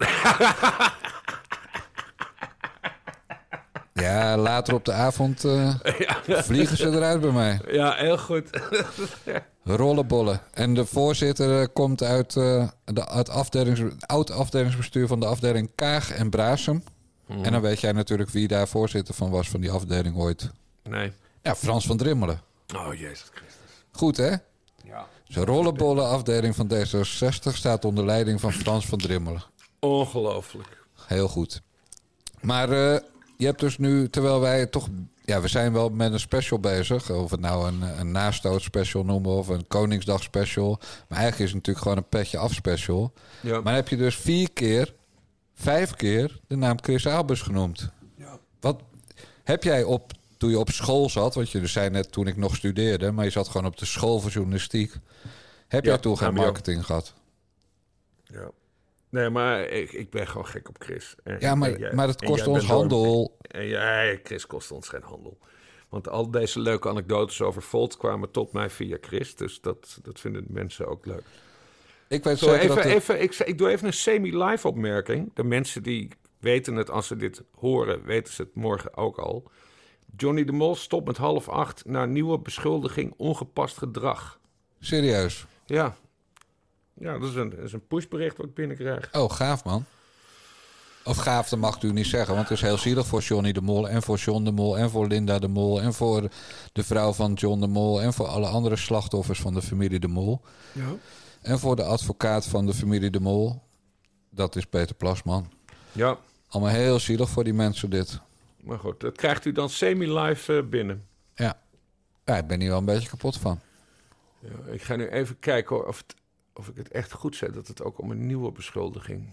Ja, later op de avond vliegen ze eruit bij mij. Ja, heel goed. Rollenbollen. En de voorzitter komt uit het oud-afdelingsbestuur van de afdeling Kaag en Brasem. Mm. En dan weet jij natuurlijk wie daar voorzitter van was van die afdeling ooit. Nee. Ja, Frans van Drimmelen. Oh, Jezus Christus. Goed, hè? Ja. De rollenbollenafdeling van D66 staat onder leiding van Frans van Drimmelen. Ongelooflijk. Heel goed. Maar je hebt dus nu, terwijl wij toch... Ja, we zijn wel met een special bezig. Of het nou een nastoot-special noemen of een Koningsdag-special. Maar eigenlijk is het natuurlijk gewoon een petje af-special. Ja. Maar heb je dus 5 keer de naam Chris Alberts genoemd. Ja. Wat heb jij toen je op school zat... want je zei net toen ik nog studeerde... maar je zat gewoon op de school voor journalistiek. Heb jij toen geen marketing gehad? Ja. Nee, maar ik ben gewoon gek op Chris. Maar het kost ons handel. Chris kost ons geen handel. Want al deze leuke anekdotes over Volt kwamen tot mij via Chris. Dus dat vinden mensen ook leuk. Ik weet zeker ik doe even een semi-live opmerking. De mensen die weten het als ze dit horen, weten ze het morgen ook al. Johnny de Mol stopt met 7:30 na nieuwe beschuldiging ongepast gedrag. Serieus? Ja. Ja, dat is een pushbericht wat ik binnenkrijg. Oh, gaaf, man. Of gaaf, dat mag u niet zeggen. Want het is heel zielig voor Johnny de Mol... en voor John de Mol en voor Linda de Mol... en voor de vrouw van John de Mol... en voor alle andere slachtoffers van de familie de Mol. Ja. En voor de advocaat van de familie de Mol. Dat is Peter Plasman. Ja. Allemaal heel zielig voor die mensen dit. Maar goed, dat krijgt u dan semi-live binnen. Ja. Ja, ik ben hier wel een beetje kapot van. Ja, ik ga nu even kijken hoor, of ik het echt goed zeg, dat het ook om een nieuwe beschuldiging.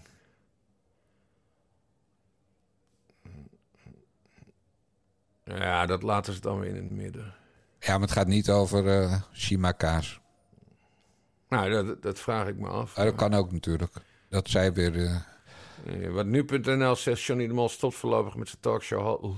Ja, dat laten ze dan weer in het midden. Ja, maar het gaat niet over Shima Kaas. Nou, dat vraag ik me af. Dat kan ook natuurlijk. Dat zij weer... Wat nu.nl zegt, Johnny de Mol stopt voorlopig met zijn talkshow.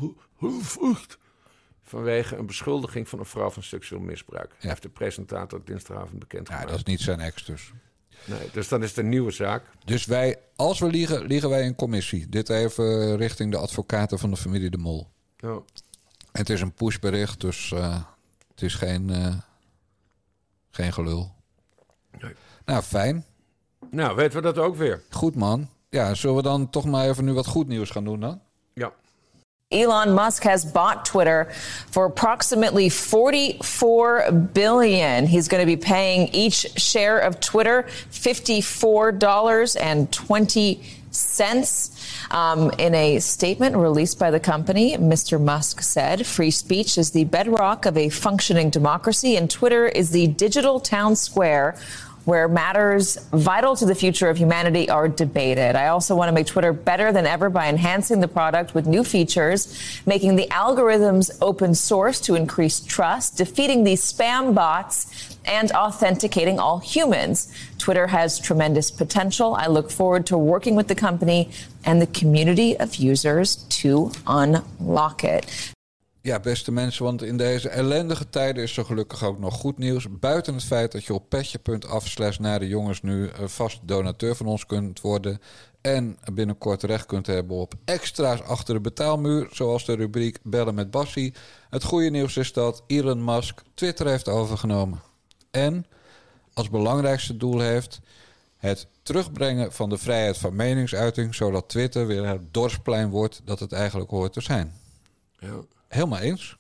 Vanwege een beschuldiging van een vrouw van seksueel misbruik. Ja. Heeft de presentator dinsdagavond bekendgemaakt. Ja, dat is niet zijn ex dus. Nee, dus dan is het een nieuwe zaak. Dus als we liegen wij in commissie. Dit even richting de advocaten van de familie de Mol. Ja. Het is een pushbericht, dus het is geen gelul. Nee. Nou, fijn. Nou, weten we dat ook weer. Goed, man. Ja, zullen we dan toch maar even nu wat goed nieuws gaan doen dan? Ja. Elon Musk has bought Twitter for approximately $44 billion. He's going to be paying each share of Twitter $54.20. In a statement released by the company, Mr. Musk said, "Free speech is the bedrock of a functioning democracy, and Twitter is the digital town square where matters vital to the future of humanity are debated. I also want to make Twitter better than ever by enhancing the product with new features, making the algorithms open source to increase trust, defeating these spam bots, and authenticating all humans. Twitter has tremendous potential. I look forward to working with the company and the community of users to unlock it." Ja, beste mensen, want in deze ellendige tijden is er gelukkig ook nog goed nieuws. Buiten het feit dat je op petje.af/narejongens nu vast donateur van ons kunt worden. En binnenkort recht kunt hebben op extra's achter de betaalmuur. Zoals de rubriek Bellen met Bassie. Het goede nieuws is dat Elon Musk Twitter heeft overgenomen. En als belangrijkste doel heeft het terugbrengen van de vrijheid van meningsuiting. Zodat Twitter weer het dorpsplein wordt dat het eigenlijk hoort te zijn. Ja. Helemaal eens.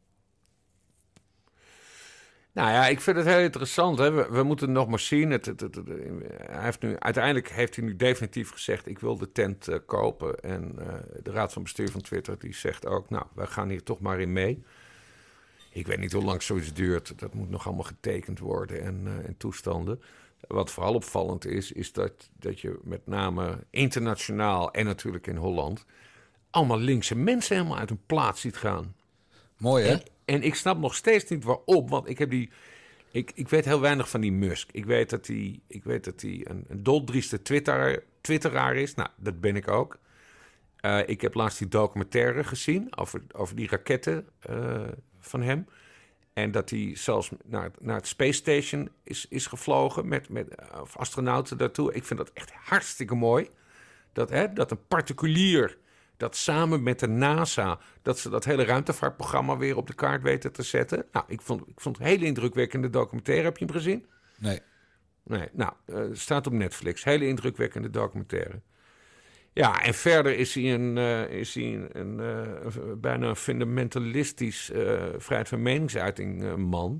Nou ja, ik vind het heel interessant. Hè? We moeten het nog maar zien. Uiteindelijk heeft hij nu definitief gezegd, ik wil de tent kopen. En de raad van bestuur van Twitter die zegt ook, nou, wij gaan hier toch maar in mee. Ik weet niet hoe lang zoiets duurt. Dat moet nog allemaal getekend worden en toestanden. Wat vooral opvallend is dat je met name internationaal en natuurlijk in Holland allemaal linkse mensen helemaal uit hun plaats ziet gaan. Mooi, hè? En ik snap nog steeds niet waarom, want ik weet heel weinig van die Musk. Ik weet dat hij een doldrieste twitteraar is. Nou, dat ben ik ook. Ik heb laatst die documentaire gezien over die raketten van hem. En dat hij zelfs naar het Space Station is gevlogen met astronauten daartoe. Ik vind dat echt hartstikke mooi. Dat een particulier, dat samen met de NASA, dat ze dat hele ruimtevaartprogramma weer op de kaart weten te zetten. Nou, ik vond het een hele indrukwekkende documentaire. Heb je hem gezien? Nee. Nou, staat op Netflix. Hele indrukwekkende documentaire. Ja, en verder is hij een bijna een fundamentalistisch vrijheid van meningsuiting man.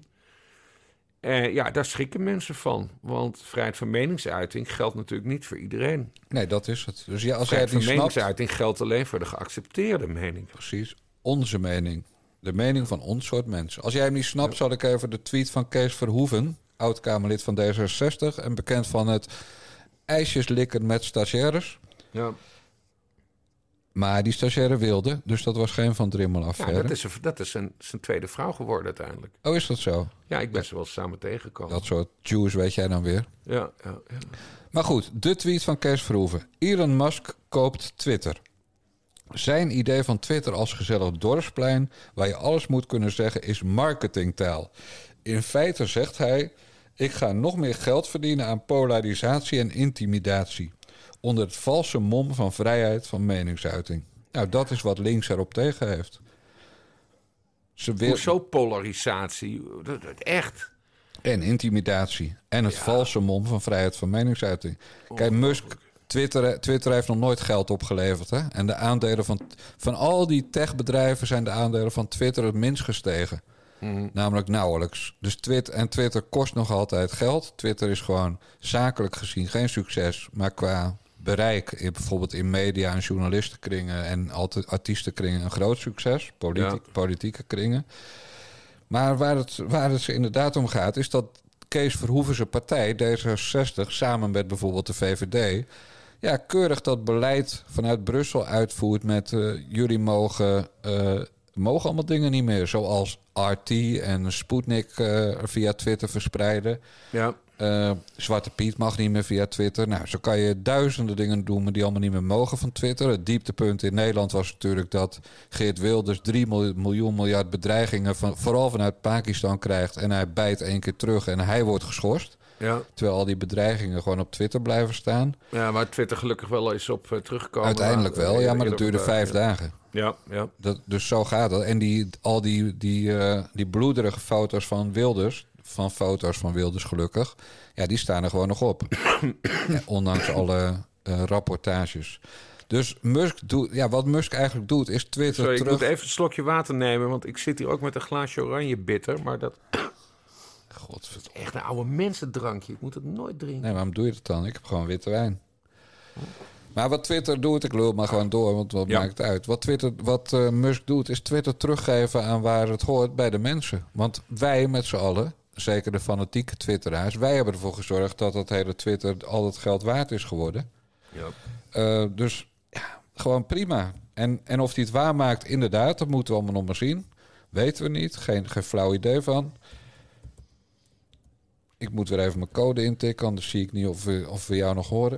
Ja, daar schrikken mensen van. Want vrijheid van meningsuiting geldt natuurlijk niet voor iedereen. Nee, dat is het. Dus ja, als vrijheid jij het van niet snapt, meningsuiting geldt alleen voor de geaccepteerde mening. precies, onze mening. De mening van ons soort mensen. Als jij hem niet snapt, zal ik even de tweet van Kees Verhoeven, oud-Kamerlid van D66 en bekend van het ijsjeslikken met stagiaires. Ja. Maar die stagiaire wilde, dus dat was geen Van Drimmel-affaire. Ja, dat is zijn tweede vrouw geworden uiteindelijk. Oh, is dat zo? Ja, ik ben ze wel samen tegengekomen. Dat soort Jews weet jij dan weer. Ja. Maar goed, de tweet van Kees Verhoeven. Elon Musk koopt Twitter. Zijn idee van Twitter als gezellig dorpsplein, waar je alles moet kunnen zeggen, is marketingtaal. In feite zegt hij, ik ga nog meer geld verdienen aan polarisatie en intimidatie. Onder het valse mom van vrijheid van meningsuiting. Nou, dat is wat links erop tegen heeft. Hoezo polarisatie? Echt? En intimidatie. En het valse mom van vrijheid van meningsuiting. Kijk, Musk, Twitter heeft nog nooit geld opgeleverd. Hè? En de aandelen van al die techbedrijven zijn de aandelen van Twitter het minst gestegen. Namelijk nauwelijks. Dus Twitter kost nog altijd geld. Twitter is gewoon zakelijk gezien geen succes. Maar qua bereik, bijvoorbeeld in media en journalistenkringen en artiestenkringen, een groot succes. Politieke kringen. Maar waar het inderdaad om gaat, is dat Kees Verhoeven zijn partij, D66, samen met bijvoorbeeld de VVD, ja, keurig dat beleid vanuit Brussel uitvoert met jullie mogen allemaal dingen niet meer. Zoals RT en Sputnik via Twitter verspreiden. Ja. Zwarte Piet mag niet meer via Twitter. Nou, zo kan je duizenden dingen doen, maar die allemaal niet meer mogen van Twitter. Het dieptepunt in Nederland was natuurlijk dat Geert Wilders 3 miljard bedreigingen vooral vanuit Pakistan krijgt. En hij bijt 1 keer terug en hij wordt geschorst. Ja. Terwijl al die bedreigingen gewoon op Twitter blijven staan. Ja, maar Twitter gelukkig wel is op teruggekomen. Uiteindelijk wel, ja, maar dat duurde 5 dagen. Ja. Dus zo gaat het. En die bloederige foto's van Wilders, gelukkig, ja, die staan er gewoon nog op. Ja, ondanks alle rapportages. Dus wat Musk eigenlijk doet, is Twitter Sorry, terug. Ik moet even een slokje water nemen, want ik zit hier ook met een glaasje oranje bitter, maar dat... Godverdomme. Echt een oude mensendrankje. Ik moet het nooit drinken. Nee, waarom doe je dat dan? Ik heb gewoon witte wijn. Maar wat Twitter doet, ik lul maar gewoon door, want wat maakt het uit? Wat Musk doet, is Twitter teruggeven aan waar het hoort bij de mensen. Want wij met z'n allen, zeker de fanatieke twitteraars, wij hebben ervoor gezorgd dat het hele Twitter al het geld waard is geworden. Ja. Dus ja, gewoon prima. En of hij het waarmaakt, inderdaad, dat moeten we allemaal nog maar zien. Weten we niet, geen flauw idee van. Ik moet weer even mijn code intikken, anders zie ik niet of we jou nog horen.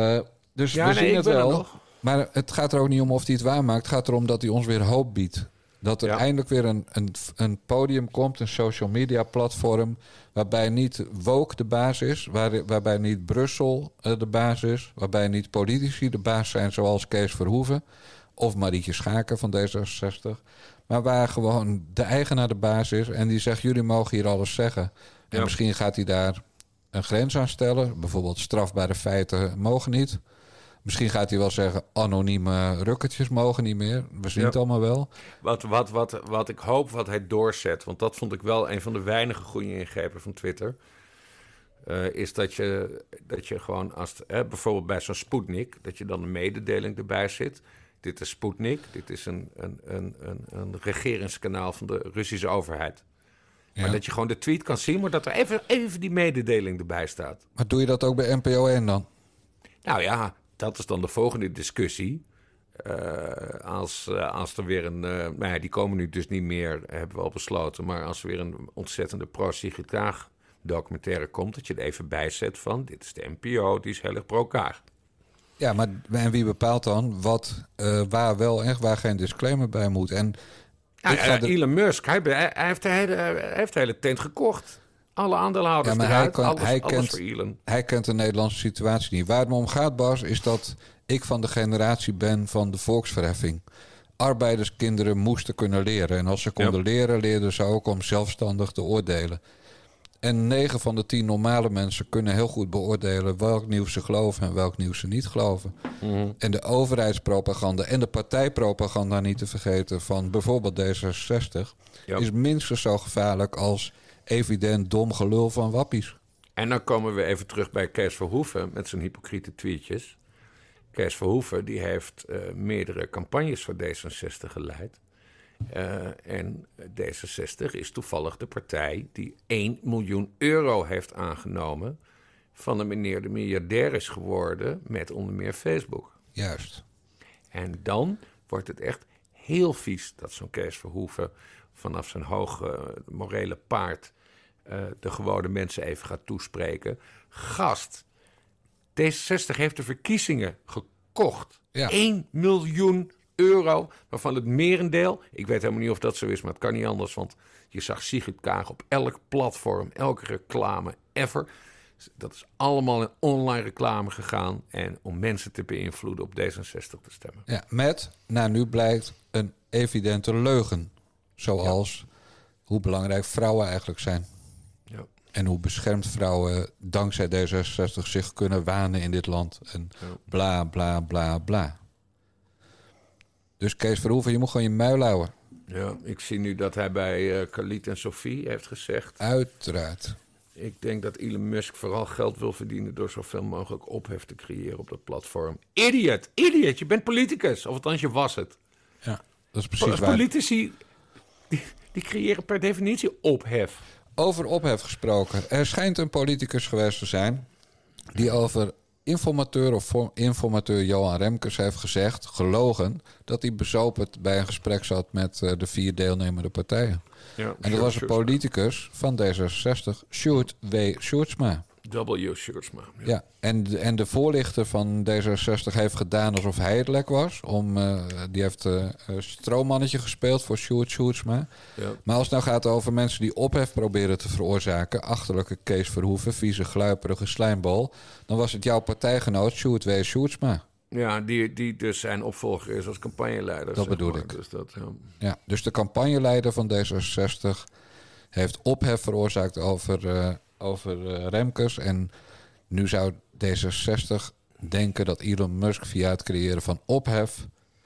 Dus we zien het wel. Maar het gaat er ook niet om of hij het waarmaakt. Het gaat erom dat hij ons weer hoop biedt. Dat er eindelijk weer een podium komt, een social media platform, waarbij niet woke de baas is, waarbij niet Brussel de baas is, waarbij niet politici de baas zijn zoals Kees Verhoeven of Marietje Schaken van D66, maar waar gewoon de eigenaar de baas is en die zegt, jullie mogen hier alles zeggen. En misschien gaat hij daar een grens aan stellen, bijvoorbeeld strafbare feiten mogen niet. Misschien gaat hij wel zeggen, anonieme rukkertjes mogen niet meer. We zien het allemaal wel. Wat ik hoop, wat hij doorzet, want dat vond ik wel een van de weinige goede ingrepen van Twitter, is dat je gewoon, bijvoorbeeld bij zo'n Sputnik, dat je dan een mededeling erbij zit. Dit is Sputnik, dit is een regeringskanaal van de Russische overheid. Ja. Maar dat je gewoon de tweet kan zien, maar dat er even die mededeling erbij staat. Maar doe je dat ook bij NPO 1 dan? Nou ja, dat is dan de volgende discussie. Als er weer een... die komen nu dus niet meer, hebben we al besloten. Maar als er weer een ontzettende pro-Sigrid Kaag documentaire komt, dat je er even bij zet van, dit is de NPO, die is heel erg pro-Kaag. Ja, maar en wie bepaalt dan waar wel en waar geen disclaimer bij moet? En Elon Musk, hij heeft de hele tent gekocht. Alle aandeelhouders eruit, alles voor Elon. Hij kent de Nederlandse situatie niet. Waar het me om gaat, Bas, is dat ik van de generatie ben van de volksverheffing. Arbeiderskinderen moesten kunnen leren. En als ze konden leren, leerden ze ook om zelfstandig te oordelen. En 9 van de 10 normale mensen kunnen heel goed beoordelen welk nieuws ze geloven en welk nieuws ze niet geloven. Mm-hmm. En de overheidspropaganda en de partijpropaganda, niet te vergeten, van bijvoorbeeld D66, is minstens zo gevaarlijk als evident dom gelul van wappies. En dan komen we even terug bij Kees Verhoeven met zijn hypocriete tweetjes. Kees Verhoeven die heeft meerdere campagnes voor D66 geleid. En D66 is toevallig de partij die 1 miljoen euro heeft aangenomen van een meneer de miljardair is geworden met onder meer Facebook. Juist. En dan wordt het echt heel vies dat zo'n Kees Verhoeven vanaf zijn hoge morele paard de gewone mensen even gaat toespreken. Gast, D66 heeft de verkiezingen gekocht. Ja. 1 miljoen euro, waarvan het merendeel, ik weet helemaal niet of dat zo is, maar het kan niet anders, want je zag Sigrid Kaag op elk platform, elke reclame ever. Dat is allemaal in online reclame gegaan en om mensen te beïnvloeden op D66 te stemmen. Ja, nu blijkt een evidente leugen. Zoals hoe belangrijk vrouwen eigenlijk zijn. Ja. En hoe beschermd vrouwen dankzij D66 zich kunnen wanen in dit land. En bla, bla, bla, bla. Dus Kees Verhoeven, je moet gewoon je muil houden. Ja, ik zie nu dat hij bij Khalid en Sophie heeft gezegd. Uiteraard. Ik denk dat Elon Musk vooral geld wil verdienen door zoveel mogelijk ophef te creëren op dat platform. Idiot, je bent politicus. Of althans, je was het. Ja, dat is precies waar. Politici, die creëren per definitie ophef. Over ophef gesproken. Er schijnt een politicus geweest te zijn die over informateur Johan Remkes heeft gezegd, gelogen, dat hij bezopen bij een gesprek zat met de 4 deelnemende partijen. Ja, en dat was een politicus van D66, Sjoerd W. Sjoerdsma. W. Sjoerdsma. Ja, en de voorlichter van D66 heeft gedaan alsof hij het lek was. Die heeft stroommannetje gespeeld voor Sjoerd Sjoerdsma. Ja. Maar als het nou gaat over mensen die ophef proberen te veroorzaken, achterlijke Kees Verhoeven, vieze, gluiperige slijmbal, dan was het jouw partijgenoot Sjoerd W. Sjoerdsma. Ja, die dus zijn opvolger is als campagneleider. Dat bedoel ik. Dus, dus de campagneleider van D66 heeft ophef veroorzaakt over Remkes. En nu zou D66 denken dat Elon Musk via het creëren van ophef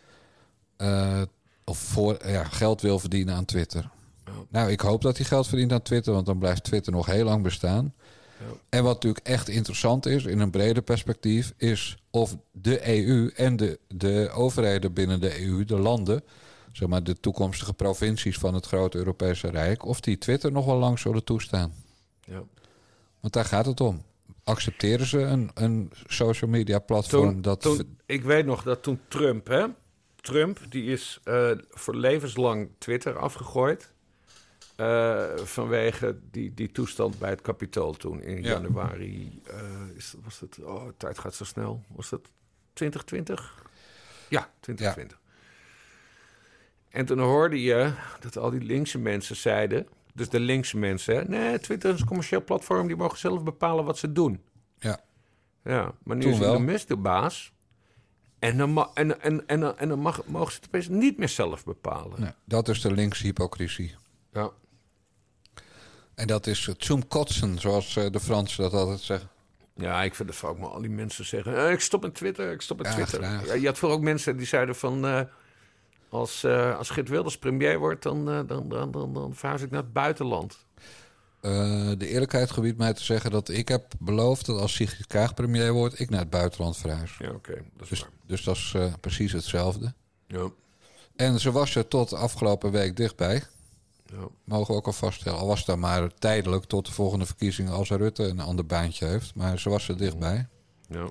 geld wil verdienen aan Twitter. Oh. Nou, ik hoop dat hij geld verdient aan Twitter, want dan blijft Twitter nog heel lang bestaan. Oh. En wat natuurlijk echt interessant is in een breder perspectief, is of de EU en de overheden binnen de EU, de landen, zeg maar de toekomstige provincies van het grote Europese Rijk, of die Twitter nog wel lang zullen toestaan. Ja. Want daar gaat het om. Accepteren ze een social media platform ik weet nog dat toen Trump die is voor levenslang Twitter afgegooid. Vanwege die toestand bij het Capitool toen in januari. Tijd gaat zo snel. Was dat 2020? Ja, 2020. Ja. En toen hoorde je dat al die linkse mensen zeiden... Dus de linkse mensen, hè, nee, Twitter is een commercieel platform... die mogen zelf bepalen wat ze doen. Ja. Ja, maar nu Toen is wel. Elon Musk de baas... En dan mogen ze het opeens niet meer zelf bepalen. Nee, dat is de linkse hypocrisie. Ja. En dat is zum Kotzen, zoals de Fransen dat altijd zeggen. Ja, ik vind het ook maar al die mensen zeggen... ik stop met Twitter, ik stop met Twitter. Graag. Ja, je had vroeger ook mensen die zeiden van... als Geert Wilders premier wordt... dan verhuis ik naar het buitenland. De eerlijkheid gebiedt mij te zeggen dat ik heb beloofd... dat als Sigrid Kaag premier wordt, ik naar het buitenland verhuis. Ja, oké, dat is waar. Dus dat is precies hetzelfde. Ja. En ze was er tot de afgelopen week dichtbij. Ja. Mogen we ook al vaststellen. Al was het dan maar tijdelijk tot de volgende verkiezingen... als Rutte een ander baantje heeft. Maar ze was er dichtbij. Ja.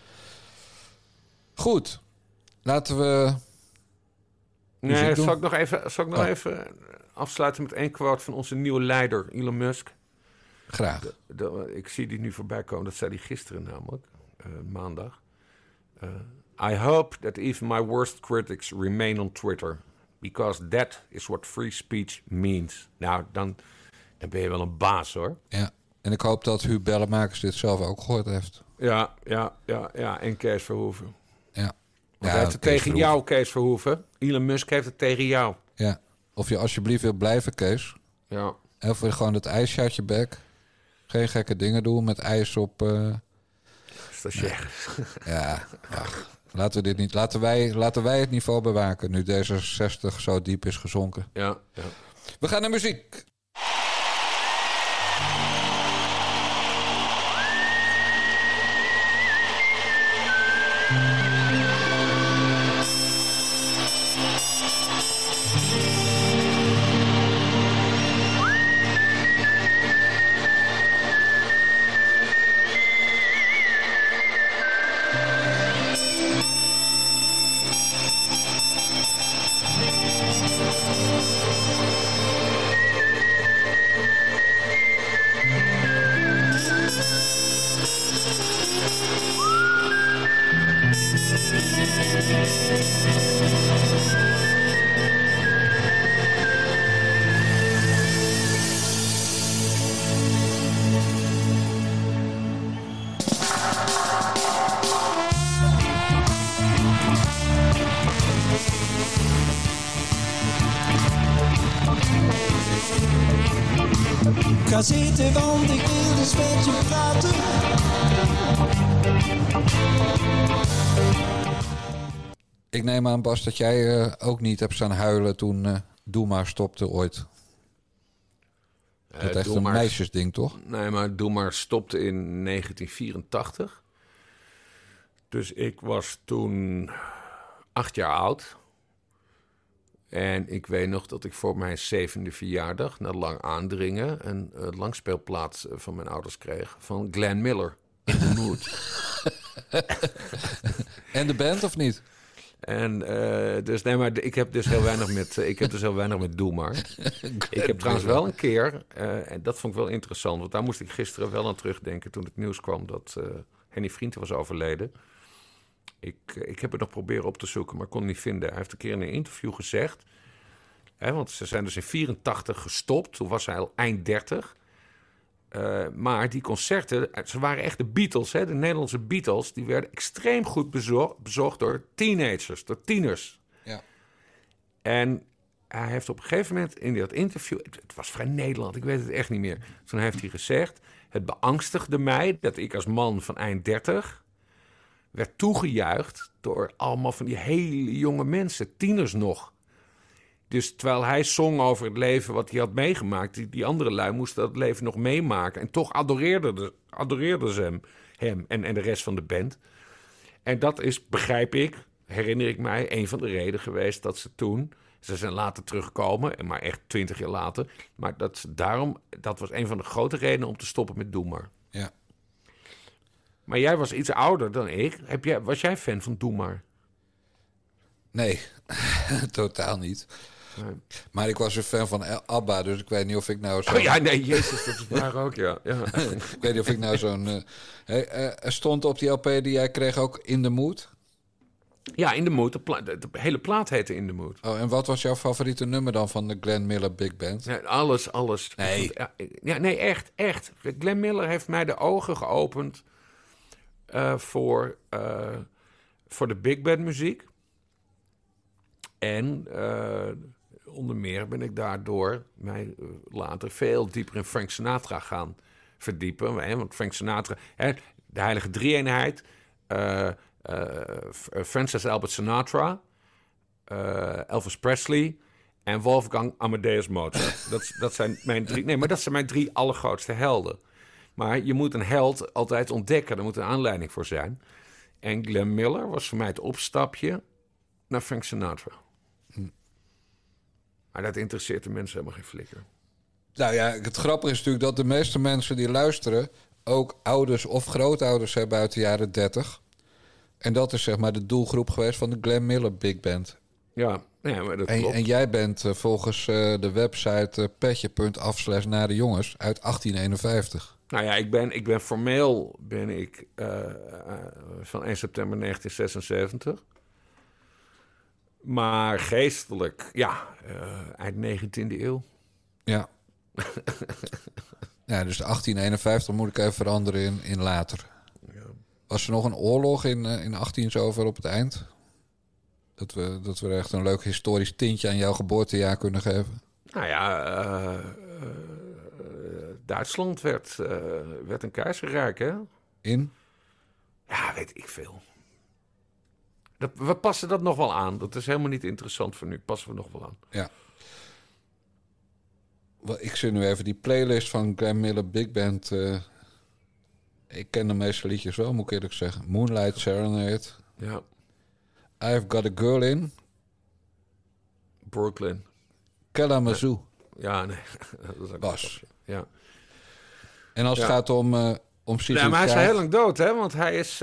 Goed. Laten we... Nee, zal ik nog even afsluiten met 1 quote van onze nieuwe leider, Elon Musk. Graag. Ik zie die nu voorbij komen, dat zei hij gisteren namelijk, maandag. I hope that even my worst critics remain on Twitter. Because that is what free speech means. Nou, dan ben je wel een baas, hoor. Ja. En ik hoop dat Huub Bellemakers dit zelf ook gehoord heeft. Ja. En Kees Verhoeven. Ja. Want hij heeft het tegen jou, Kees Verhoeven. Elon Musk heeft het tegen jou. Ja. Of je alsjeblieft wil blijven, Kees. Ja. Of je gewoon het ijsje uit je bek. Geen gekke dingen doen met ijs op... Stagiaires. Ja. Ach, laten we dit niet... Laten wij het niveau bewaken nu D66 zo diep is gezonken. Ja. We gaan naar muziek. Ga zitten, want ik wil eens met je praten. Ik neem aan, Bas, dat jij ook niet hebt staan huilen toen Doe Maar stopte ooit. Dat is echt een meisjesding, toch? Nee, maar Doe Maar stopte in 1984. Dus ik was toen 8 jaar oud. En ik weet nog dat ik voor mijn 7e verjaardag, na lang aandringen, een langspeelplaats van mijn ouders kreeg van Glenn Miller, In The Mood. En de band of niet? En dus nee, maar ik heb dus heel weinig met Doe Maar. Ik heb trouwens wel een keer, en dat vond ik wel interessant, want daar moest ik gisteren wel aan terugdenken toen het nieuws kwam dat Henny Vrienden was overleden. Ik heb het nog proberen op te zoeken, maar kon het niet vinden. Hij heeft een keer in een interview gezegd, want ze zijn dus in 84 gestopt, toen was hij al eind 30. Maar die concerten, ze waren echt de Beatles, de Nederlandse Beatles, die werden extreem goed bezocht door teenagers, door tieners. Ja. En hij heeft op een gegeven moment in dat interview, het was vrij Nederland, ik weet het echt niet meer. Toen heeft hij gezegd, het beangstigde mij dat ik als man van eind 30 werd toegejuicht door allemaal van die hele jonge mensen, tieners nog. Dus terwijl hij zong over het leven wat hij had meegemaakt, die andere lui moesten dat leven nog meemaken. En toch adoreerden ze hem en de rest van de band. En dat is, begrijp ik, herinner ik mij, een van de redenen geweest dat ze toen, ze zijn later teruggekomen, maar echt 20 jaar later, maar dat was een van de grote redenen om te stoppen met Doe Maar. Ja. Maar jij was iets ouder dan ik. Was jij fan van Doe Maar? Nee, totaal niet. Nee. Maar ik was een fan van ABBA, dus ik weet niet of ik nou zo... Oh ja, nee, jezus, dat is waar ook, ja. Ik weet niet of ik nou zo'n... er stond op die LP die jij kreeg ook In The Mood. Ja, In the Mood. De hele plaat heette In the Mood. Oh, en wat was jouw favoriete nummer dan van de Glenn Miller Big Band? Ja, alles. Nee. Nee, echt. Glenn Miller heeft mij de ogen geopend voor de big band muziek. En onder meer ben ik daardoor mij later veel dieper in Frank Sinatra gaan verdiepen. Hè? Want Frank Sinatra, de heilige drie-eenheid, Francis Albert Sinatra, Elvis Presley en Wolfgang Amadeus Mozart. Dat zijn mijn drie. Nee, maar dat zijn mijn drie allergrootste helden. Maar je moet een held altijd ontdekken. Er moet een aanleiding voor zijn. En Glenn Miller was voor mij het opstapje naar Frank Sinatra. Maar dat interesseert de mensen helemaal geen flikker. Nou ja, het grappige is natuurlijk dat de meeste mensen die luisteren ook ouders of grootouders hebben uit de jaren 30. En dat is zeg maar de doelgroep geweest van de Glenn Miller Big Band. Ja, maar dat klopt. En jij bent volgens de website petje.af/narejongens uit 1851. Nou ja, ik ben formeel van 1 september 1976. Maar geestelijk, eind 19e eeuw. Ja. Ja, dus 1851 moet ik even veranderen in later. Ja. Was er nog een oorlog in 18 zover op het eind? Dat we echt een leuk historisch tintje aan jouw geboortejaar kunnen geven? Nou ja, Duitsland werd een keizerrijk, hè? In? Ja, weet ik veel. We passen dat nog wel aan. Dat is helemaal niet interessant voor nu. Passen we nog wel aan. Ja. Ik zie nu even die playlist van Glenn Miller Big Band. Ik ken de meeste liedjes wel, moet ik eerlijk zeggen. Moonlight Serenade. Ja. I've Got a Girl In. Brooklyn. Kalamazoo. Ja, nee. Dat is ook Bas. Ja. En als het gaat om Sigrid Ja, maar hij is Kaag- al heel lang dood, hè? Want hij is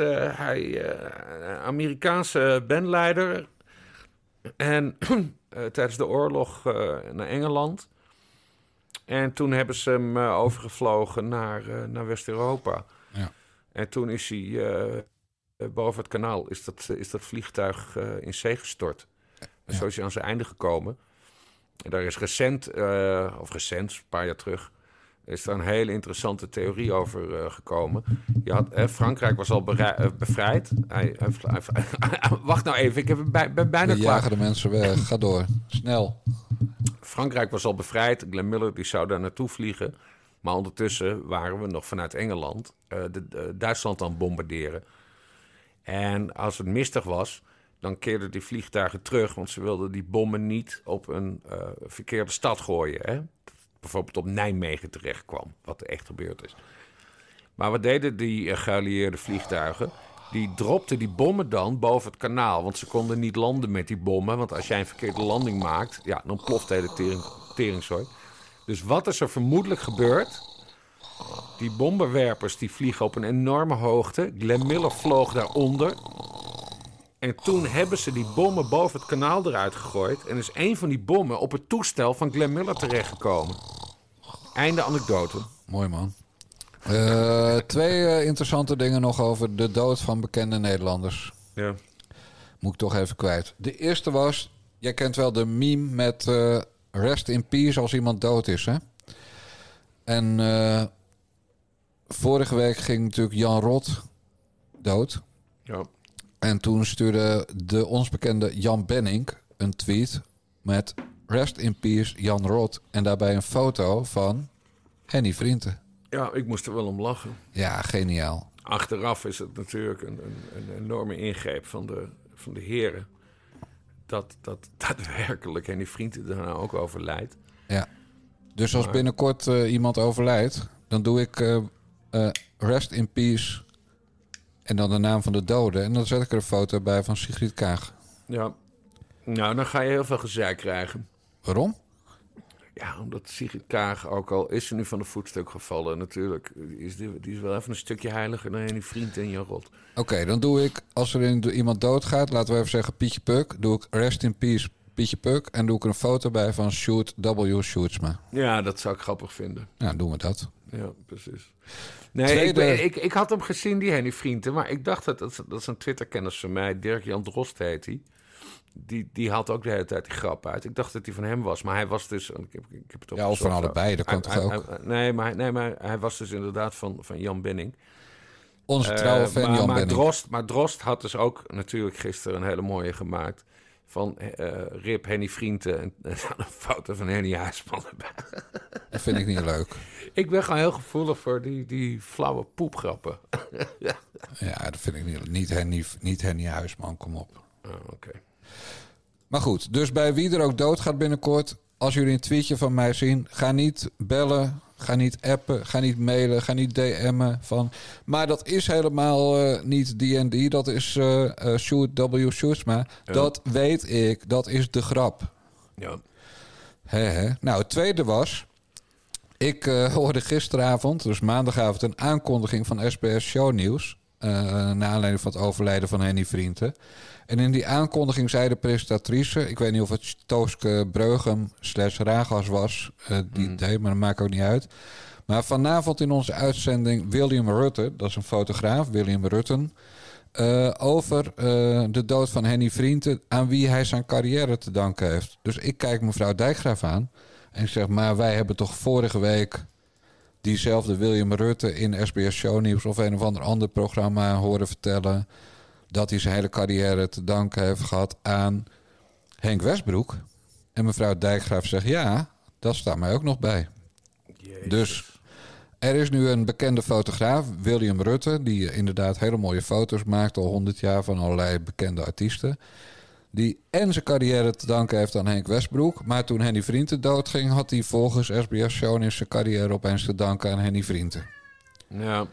Amerikaanse bandleider. En tijdens de oorlog naar Engeland. En toen hebben ze hem overgevlogen naar West-Europa. Ja. En toen is hij boven het kanaal, is dat vliegtuig in zee gestort. En zo is hij aan zijn einde gekomen. En daar is recent, een paar jaar terug, is er een hele interessante theorie over gekomen. Frankrijk was al bevrijd. Wacht nou even, ik ben bijna We klaar. jagen de mensen weg. Ga door. Snel. Frankrijk was al bevrijd. Glenn Miller die zou daar naartoe vliegen. Maar ondertussen waren we nog vanuit Engeland Duitsland aan het bombarderen. En als het mistig was, dan keerden die vliegtuigen terug. Want ze wilden die bommen niet op een verkeerde stad gooien. Hè? Bijvoorbeeld op Nijmegen terecht kwam. Wat er echt gebeurd is. Maar wat deden die geallieerde vliegtuigen? Die dropten die bommen dan boven het kanaal. Want ze konden niet landen met die bommen. Want als jij een verkeerde landing maakt, ja, dan ploft de hele teringzooi. Dus wat is er vermoedelijk gebeurd? Die bommenwerpers die vliegen op een enorme hoogte. Glenn Miller vloog daaronder. En toen hebben ze die bommen boven het kanaal eruit gegooid. En is een van die bommen op het toestel van Glenn Miller terechtgekomen. Einde anekdote. Mooi man. Twee interessante dingen nog over de dood van bekende Nederlanders. Ja. Moet ik toch even kwijt. De eerste was, jij kent wel de meme met rest in peace als iemand dood is, hè? En vorige week ging natuurlijk Jan Rot dood. Ja. En toen stuurde de ons bekende Jan Benink een tweet met rest in peace Jan Rot. En daarbij een foto van Henny Vrienden. Ja, ik moest er wel om lachen. Ja, geniaal. Achteraf is het natuurlijk een enorme ingreep van de heren. Dat daadwerkelijk Henny Vrienden daarna ook overlijdt. Ja. Dus als binnenkort iemand overlijdt, dan doe ik rest in peace en dan de naam van de dode. En dan zet ik er een foto bij van Sigrid Kaag. Ja. Nou, dan ga je heel veel gezeik krijgen. Waarom? Ja, omdat Sigrid Kaag, ook al is ze nu van de voetstuk gevallen, natuurlijk, die is wel even een stukje heiliger dan Henny Vrienden en Jan Rot. Oké, dan doe ik, als er iemand doodgaat, laten we even zeggen Pietje Puk, doe ik rest in peace Pietje Puk en doe ik er een foto bij van Sjoerd W. Sjoerdsma. Ja, dat zou ik grappig vinden. Nou, doen we dat. Ja, precies. Nee, ik had hem gezien, die Henny Vrienden. Maar ik dacht, dat is een Twitter-kennis van mij. Dirk-Jan Drost heet hij. Die haalt ook de hele tijd die grap uit. Ik dacht dat hij van hem was. Maar hij was dus... Ik heb het of van allebei, dat kan toch ook? Nee, maar hij was dus inderdaad van Jan Benning. Onze trouwe fan Jan Benning. Maar Drost had dus ook natuurlijk gisteren een hele mooie gemaakt. Van Rip Henny Vrienden. En een foto van Henny Huisman erbij. Dat vind ik niet leuk. Ik ben gewoon heel gevoelig voor die flauwe poepgrappen. Ja, dat vind ik niet Henny Huisman, kom op. Oké. Maar goed, dus bij wie er ook doodgaat binnenkort... als jullie een tweetje van mij zien... ga niet bellen, ga niet appen, ga niet mailen... ga niet DM'en van... maar dat is helemaal niet D&D, dat is Shoot W. Shootsma. Ja. Dat weet ik, dat is de grap. Ja. Nou, het tweede was... ik hoorde gisteravond, dus maandagavond... een aankondiging van SBS Shownieuws... naar aanleiding van het overlijden van Henny Vrienden. En in die aankondiging zei de presentatrice... ik weet niet of het Tooske Breugem /Ragas was... die deed, maar dat maakt ook niet uit. Maar vanavond in onze uitzending William Rutte... dat is een fotograaf, William Rutten... over de dood van Henny Vrienden... aan wie hij zijn carrière te danken heeft. Dus ik kijk mevrouw Dijkgraaf aan... en ik zeg, maar wij hebben toch vorige week... diezelfde William Rutte in SBS Shownieuws... of een of ander programma horen vertellen... dat hij zijn hele carrière te danken heeft gehad aan Henk Westbroek. En mevrouw Dijkgraaf zegt, ja, dat staat mij ook nog bij. Jezus. Dus er is nu een bekende fotograaf, William Rutte... die inderdaad hele mooie foto's maakt al 100 jaar... van allerlei bekende artiesten... die en zijn carrière te danken heeft aan Henk Westbroek... maar toen Henny Vrienden doodging... had hij volgens SBS Shownieuws zijn carrière opeens te danken aan Henny Vrienden. Ja.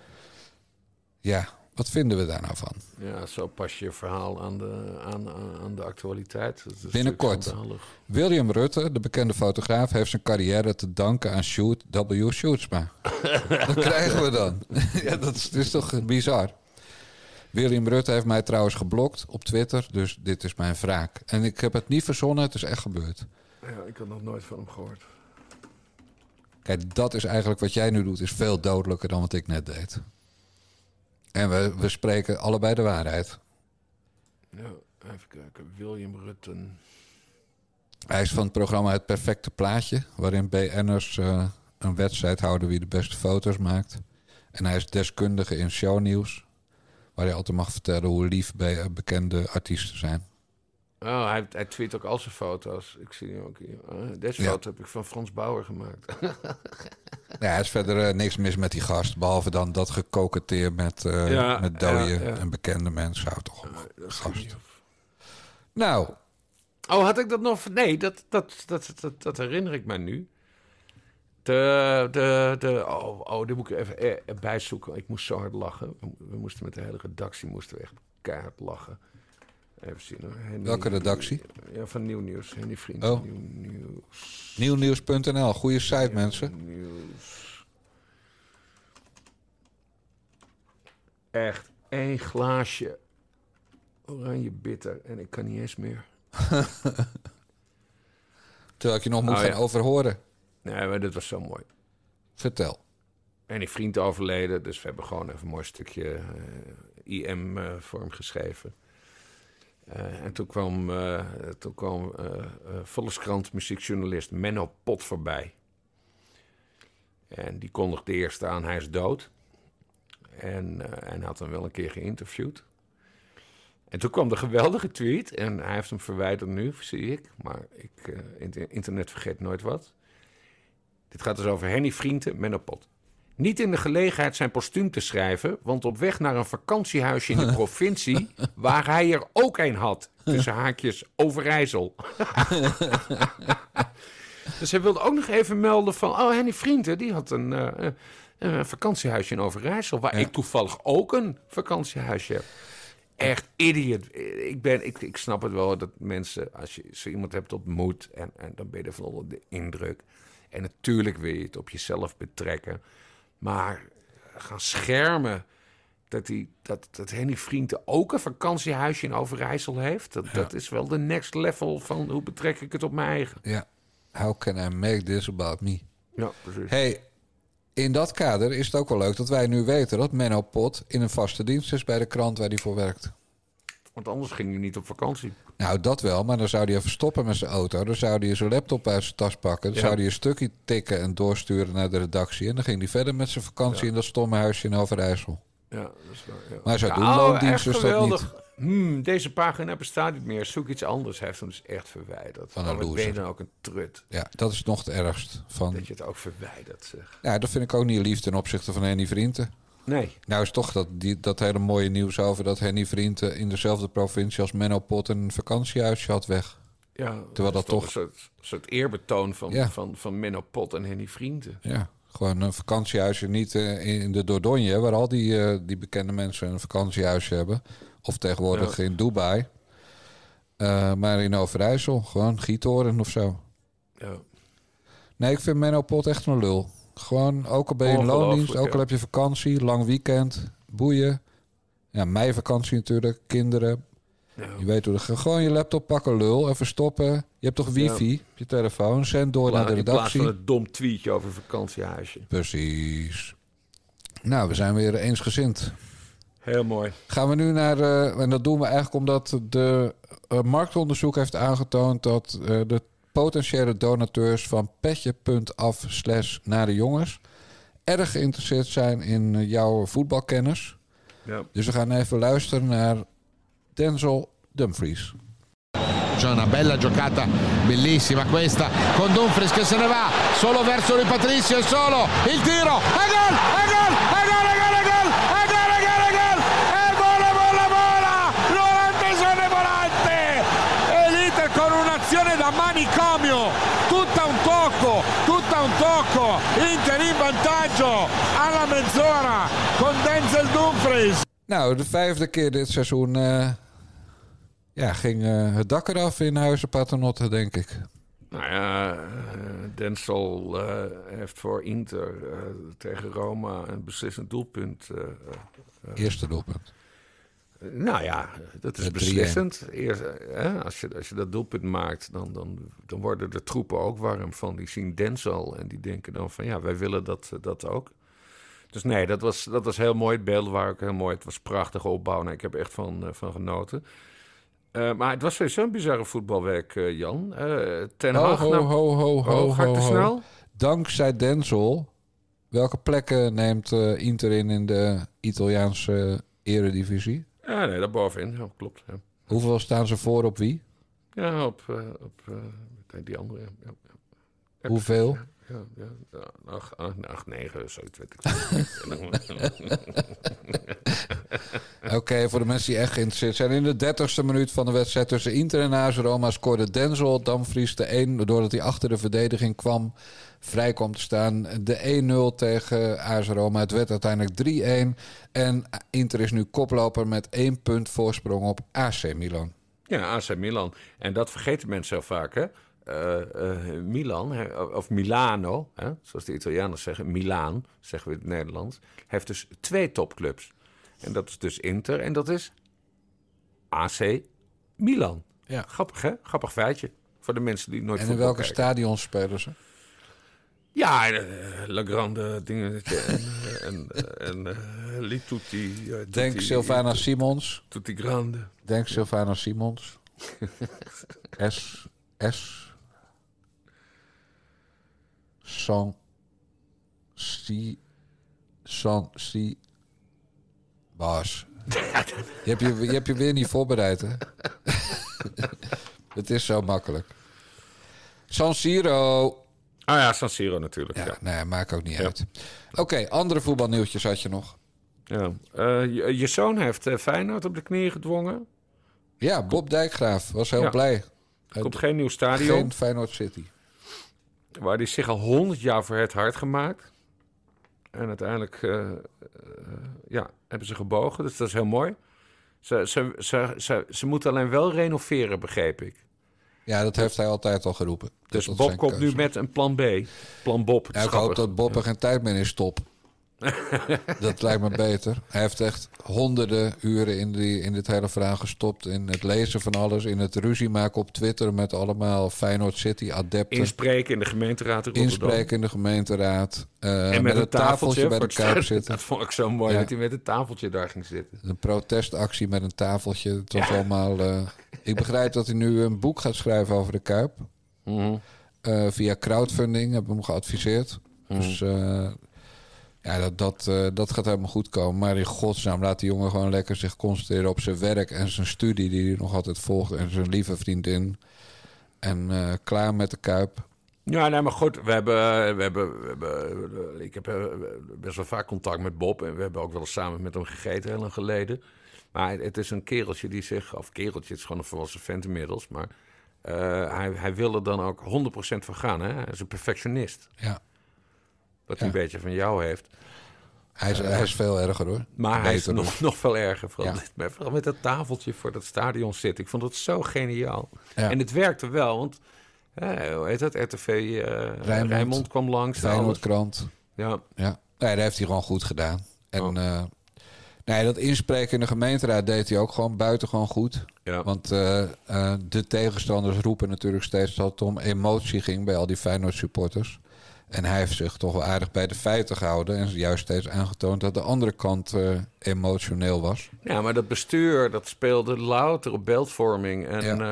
Ja, wat vinden we daar nou van? Ja, zo pas je verhaal aan de actualiteit. Binnenkort. William Rutte, de bekende fotograaf... heeft zijn carrière te danken aan Shoot W. Shootsma. Dat krijgen we dan. Ja, dat is toch bizar. William Rutte heeft mij trouwens geblokt op Twitter. Dus dit is mijn wraak. En ik heb het niet verzonnen, het is echt gebeurd. Ja, ik had nog nooit van hem gehoord. Kijk, dat is eigenlijk wat jij nu doet... is veel dodelijker dan wat ik net deed. En we spreken allebei de waarheid. Ja, even kijken. William Rutten. Hij is van het programma Het Perfecte Plaatje... waarin BN'ers een wedstrijd houden wie de beste foto's maakt. En hij is deskundige in shownieuws... waar hij altijd mag vertellen hoe lief bekende artiesten zijn. Oh, hij tweet ook al zijn foto's. Ik zie hem ook hier. Deze foto heb ik van Frans Bauer gemaakt. Ja, er is verder niks mis met die gast... behalve dan dat gekoketeer met dode en bekende mensen. Zou toch gast. Nou. Oh, had ik dat nog... Nee, dat herinner ik mij nu. Die moet ik even bijzoeken. Ik moest zo hard lachen. We moesten met de hele redactie echt keihard lachen. Even zien hoor. Welke redactie? Ja, van Nieuw Nieuws. Henny Vrienden. Oh. Nieuwnieuws.nl. Goeie site, mensen. Nieuws. Echt 1 glaasje oranje bitter. En ik kan niet eens meer. Terwijl ik je nog moet gaan overhoren. Nee, maar dit was zo mooi. Vertel. En die vriend overleden, dus we hebben gewoon even een mooi stukje IM voor hem geschreven. En toen kwam Volkskrant muziekjournalist Menno Pot voorbij. En die kondigde eerst aan, hij is dood. En hij had hem wel een keer geïnterviewd. En toen kwam de geweldige tweet. En hij heeft hem verwijderd nu, zie ik. Maar internet vergeet nooit wat. Dit gaat dus over Henny Vrienden, Menno Pot. Niet in de gelegenheid zijn postuum te schrijven... want op weg naar een vakantiehuisje in de provincie... waar hij er ook een had. Tussen haakjes Overijssel. Dus hij wilde ook nog even melden van... oh, Henny Vrienden, die had een vakantiehuisje in Overijssel... waar ik toevallig ook een vakantiehuisje heb. Echt idiot. Ik snap het wel dat mensen... als je zo iemand hebt ontmoet... en dan ben je er van onder de indruk... en natuurlijk wil je het op jezelf betrekken... maar gaan schermen dat Henny Vrienden ook een vakantiehuisje in Overijssel heeft... Dat is wel de next level van hoe betrek ik het op mijn eigen. Ja, how can I make this about me? Ja, precies. Hey, in dat kader is het ook wel leuk dat wij nu weten dat Menno Pot in een vaste dienst is bij de krant waar hij voor werkt. Want anders ging hij niet op vakantie. Nou, dat wel, maar dan zou hij even stoppen met zijn auto. Dan zou hij zijn laptop uit zijn tas pakken. Dan zou hij een stukje tikken en doorsturen naar de redactie. En dan ging hij verder met zijn vakantie in dat stomme huisje in Overijssel. Ja, dat is waar. Ja. Maar zo doen loondienst dus dat niet. Deze pagina bestaat niet meer. Zoek iets anders. Hij heeft hem dus echt verwijderd. Van een Wat ben je loser. dan ook een trut? Ja, dat is nog het ergst. Dat je het ook verwijdert, zeg. Ja, dat vind ik ook niet lief ten opzichte van Henny Vrienden. Nee. Nou is toch dat hele mooie nieuws over dat Henny Vrienden in dezelfde provincie als Menno Pot een vakantiehuisje had weg. Ja, Terwijl dat toch een soort eerbetoon van Menno Pot en Henny Vrienden. Ja, gewoon een vakantiehuisje niet in de Dordogne, waar al die bekende mensen een vakantiehuisje hebben. Of tegenwoordig in Dubai. Maar in Overijssel, gewoon Giethoorn of zo. Ja. Nee, ik vind Menno Pot echt een lul. Gewoon, ook al ben je in loondienst, ook al heb je vakantie, lang weekend, boeien. Ja, meivakantie natuurlijk, kinderen. Ja. Je weet hoe dat gaat. Gewoon je laptop pakken, lul, even stoppen. Je hebt toch wifi op je telefoon, zend door naar de redactie. In plaats van het dom tweetje over vakantiehuisje. Precies. Nou, we zijn weer eensgezind. Heel mooi. Gaan we nu naar... en dat doen we eigenlijk omdat de marktonderzoek heeft aangetoond dat de potentiële donateurs van petje.af/narejongens erg geïnteresseerd zijn in jouw voetbalkennis. Ja. Dus we gaan even luisteren naar Denzel Dumfries. C'è una bella giocata, bellissima questa, con Dumfries che se ne va, solo verso Rui Patricio e solo, il tiro, e gol, e gol, e gol, e gol, e gol, e gol, e gol, e gol, e vola, vola, vola, Volante, Volante, e l'Inter con un'azione da manicomio, tutta un tocco, Inter in vantaggio, alla mezz'ora, con Denzel Dumfries. Nou, de 5e keer dit seizoen... ging het dak eraf in Huizen Paternotte, denk ik. Nou ja, Denzel heeft voor Inter tegen Roma een beslissend doelpunt. Eerste doelpunt. Nou ja, dat is Met 3-1. beslissend. Eerst, als je dat doelpunt maakt, dan worden de troepen ook warm van. Die zien Denzel en die denken dan van ja, wij willen dat ook. Dus nee, dat was heel mooi. Het beelden waren ook heel mooi. Het was prachtig opbouw. Nou, ik heb echt van genoten. Maar het was sowieso een bizarre voetbalweek, Jan. Ten Hag... Ga ik te snel? Dankzij Denzel, welke plekken neemt Inter in de Italiaanse eredivisie? Ja, nee, daarbovenin. Ja, klopt. Ja. Hoeveel staan ze voor op wie? Ja, op die andere. Ja. Hoeveel? Ja. 8, 9, zoiets weet ik. Oké, voor de mensen die echt geïnteresseerd zijn. In de 30ste minuut van de wedstrijd tussen Inter en AS Roma scoorde Denzel Dumfries de 1... doordat hij achter de verdediging kwam, vrij kwam te staan. De 1-0 tegen AS Roma. Het werd uiteindelijk 3-1. En Inter is nu koploper met 1 punt voorsprong op AC Milan. Ja, AC Milan. En dat vergeten mensen heel vaak, hè? Milan, of Milano, hè, zoals de Italianen zeggen, Milaan, zeggen we in het Nederlands, heeft dus 2 topclubs. En dat is dus Inter en dat is AC Milan. Ja. Grappig, hè? Grappig feitje voor de mensen die nooit En in voetbal welke kijken. stadions spelen ze? Ja, La Grande dingetje en Li Tutti. Denk Sylvana Simons. Tutti Grande. Denk Sylvana Simons. S. San Bas. Je hebt je weer niet voorbereid, hè? Het is zo makkelijk. San Siro. Ah ja, San Siro natuurlijk. Ja, Ja. nee, maakt ook niet uit. Oké, andere voetbalnieuwtjes had je nog. Ja. Je zoon heeft Feyenoord op de knieën gedwongen. Ja, Bob Dijkgraaf was heel Ja. blij. Er komt geen nieuw stadion. Geen Feyenoord City. Waar hij zich al 100 jaar voor het hard gemaakt. En uiteindelijk hebben ze gebogen. Dus dat is heel mooi. Ze moeten alleen wel renoveren, begreep ik. Ja, dat heeft hij altijd al geroepen. Dus dat is Bob zijn komt nu keuze. met een plan B. Plan Bob. Het is Ja, ik hoop grappig. dat Bob er geen tijd meer in stopt. Dat lijkt me beter. Hij heeft echt honderden uren in dit hele verhaal gestopt. In het lezen van alles. In het ruzie maken op Twitter met allemaal Feyenoord City adepten. Inspreken in de gemeenteraad in Rotterdam. Inspreken in de gemeenteraad. En met een tafeltje bij de Kuip zitten. Dat vond ik zo mooi, dat hij met een tafeltje daar ging zitten. Een protestactie met een tafeltje. Het was allemaal... ik begrijp dat hij nu een boek gaat schrijven over de Kuip. Via crowdfunding hebben we hem geadviseerd. Dus dat gaat helemaal goed komen. Maar in godsnaam, laat die jongen gewoon lekker zich concentreren op zijn werk en zijn studie die hij nog altijd volgt. En zijn lieve vriendin. En klaar met de Kuip. Ja, nee, maar goed, ik heb best wel vaak contact met Bob. En we hebben ook wel eens samen met hem gegeten, heel lang geleden. Maar het is een kereltje die zich... Of kereltje, het is gewoon een volwassen vent inmiddels. Maar hij wil er dan ook 100% van gaan. Hè? Hij is een perfectionist. Ja. Wat hij een beetje van jou heeft. Hij is veel erger, hoor. Maar hij is nog veel erger. Vooral met dat tafeltje voor dat stadion zitten. Ik vond het zo geniaal. Ja. En het werkte wel, want... hoe heet dat? RTV Rijnmond kwam langs. Feyenoordkrant. Ja. Nee, dat heeft hij gewoon goed gedaan. En dat inspreken in de gemeenteraad deed hij ook gewoon buitengewoon goed. Ja. Want de tegenstanders roepen natuurlijk steeds dat het om emotie ging bij al die Feyenoord supporters. En hij heeft zich toch wel aardig bij de feiten gehouden. En juist steeds aangetoond dat de andere kant emotioneel was. Ja, maar dat bestuur, dat speelde louter op beeldvorming.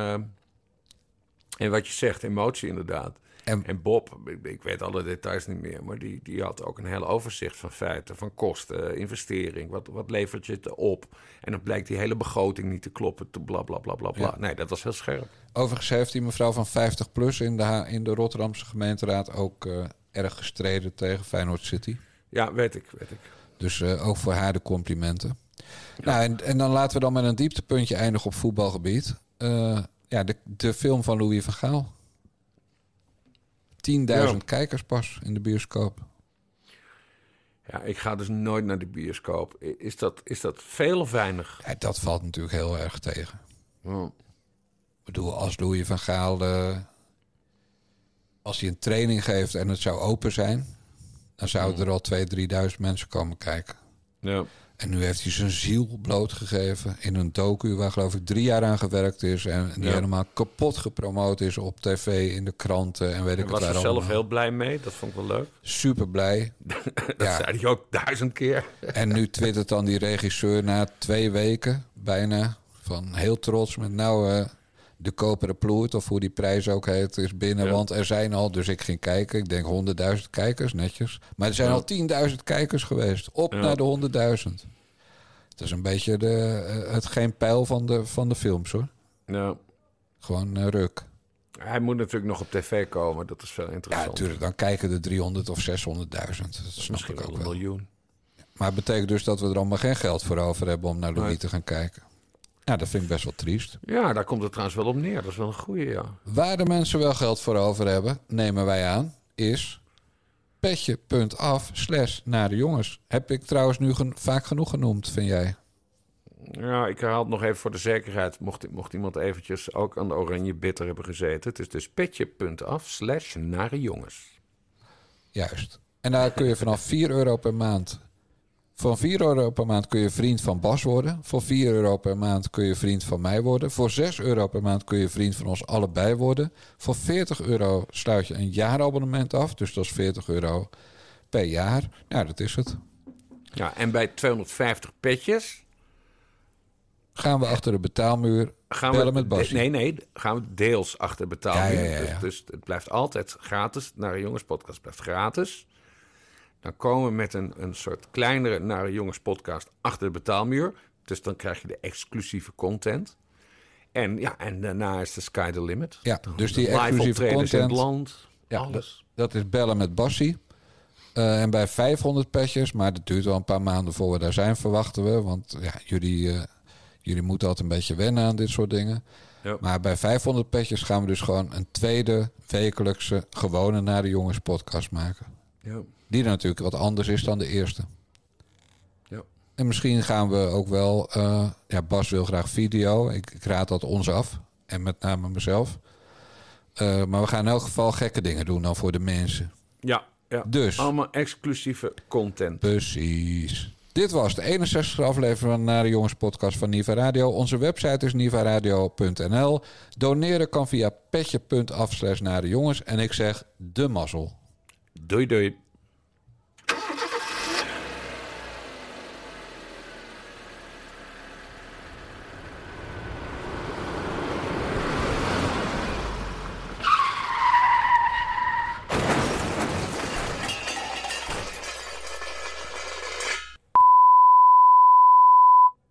En wat je zegt, emotie inderdaad. En Bob, ik weet alle details niet meer... maar die had ook een heel overzicht van feiten... van kosten, investering, wat levert je het op... en dan blijkt die hele begroting niet te kloppen... bla, bla, bla, bla, bla. Ja. Nee, dat was heel scherp. Overigens heeft die mevrouw van 50PLUS... in de Rotterdamse gemeenteraad... ook erg gestreden tegen Feyenoord City. Ja, weet ik. Dus ook voor haar de complimenten. Ja. Nou, en dan laten we dan met een dieptepuntje eindigen op voetbalgebied... de film van Louis van Gaal. 10.000 kijkers pas in de bioscoop. Ja, ik ga dus nooit naar de bioscoop. Is dat veel of weinig? Ja, dat valt natuurlijk heel erg tegen. Ik bedoel, als Louis van Gaal... als hij een training geeft en het zou open zijn... dan zouden er al 2.000-3.000 mensen komen kijken. Ja. En nu heeft hij zijn ziel blootgegeven in een docu... waar geloof ik 3 jaar aan gewerkt is... en die helemaal kapot gepromoot is op tv, in de kranten... en weet ik wat daar allemaal. Was er zelf heel blij mee? Dat vond ik wel leuk. Super blij. Dat zei hij ook 1000 keer. En nu twittert dan die regisseur na 2 weken bijna... van heel trots met de koperen ploert... of hoe die prijs ook heet, is binnen. Ja. Want er zijn al, dus ik ging kijken... ik denk 100.000 kijkers, netjes. Maar er zijn al 10.000 kijkers geweest. Op naar de 100.000. Het is een beetje het geen pijl van de films, hoor. Ja. Gewoon ruk. Hij moet natuurlijk nog op tv komen. Dat is veel interessant. Ja, natuurlijk. Dan kijken er 300 of 600.000. Dat snap misschien ik ook wel. 1 miljoen. Maar het betekent dus dat we er allemaal geen geld voor over hebben... om naar Louis te gaan kijken. Ja, dat vind ik best wel triest. Ja, daar komt het trouwens wel op neer. Dat is wel een goeie, ja. Waar de mensen wel geld voor over hebben, nemen wij aan, is petje.af/narejongens. Heb ik trouwens nu vaak genoeg genoemd, vind jij? Ja, ik herhaal het nog even voor de zekerheid. Mocht iemand eventjes ook aan de oranje bitter hebben gezeten. Het is dus petje.af/narejongens. Juist. En daar kun je vanaf €4 per maand... Voor €4 per maand kun je vriend van Bas worden. Voor €4 per maand kun je vriend van mij worden. Voor €6 per maand kun je vriend van ons allebei worden. Voor €40 sluit je een jaarabonnement af. Dus dat is €40 per jaar. Nou, dat is het. Ja, en bij 250 petjes... gaan we achter de betaalmuur bellen met Bas. Nee, gaan we deels achter de betaalmuur. Ja. Dus het blijft altijd gratis. Nare Jongens podcast blijft gratis. Dan komen we met een soort kleinere Nare Jongens podcast achter de betaalmuur. Dus dan krijg je de exclusieve content. En daarna is de sky the limit. Ja, dus die exclusieve content in het land, alles. Dat is bellen met Bassie. En bij 500 petjes, maar dat duurt wel een paar maanden voor we daar zijn, verwachten we. Want jullie moeten altijd een beetje wennen aan dit soort dingen. Ja. Maar bij 500 petjes gaan we dus gewoon een tweede wekelijkse gewone Nare Jongens podcast maken. Ja. Die dan natuurlijk wat anders is dan de eerste. Ja. En misschien gaan we ook wel... Bas wil graag video. Ik raad dat ons af. En met name mezelf. Maar we gaan in elk geval gekke dingen doen dan voor de mensen. Ja, Ja, Dus. allemaal exclusieve content. Precies. Dit was de 61e aflevering van de Nare Jongens podcast van Niva Radio. Onze website is nivaradio.nl. Doneren kan via petje.af/narejongens. En ik zeg de mazzel. Doei doei.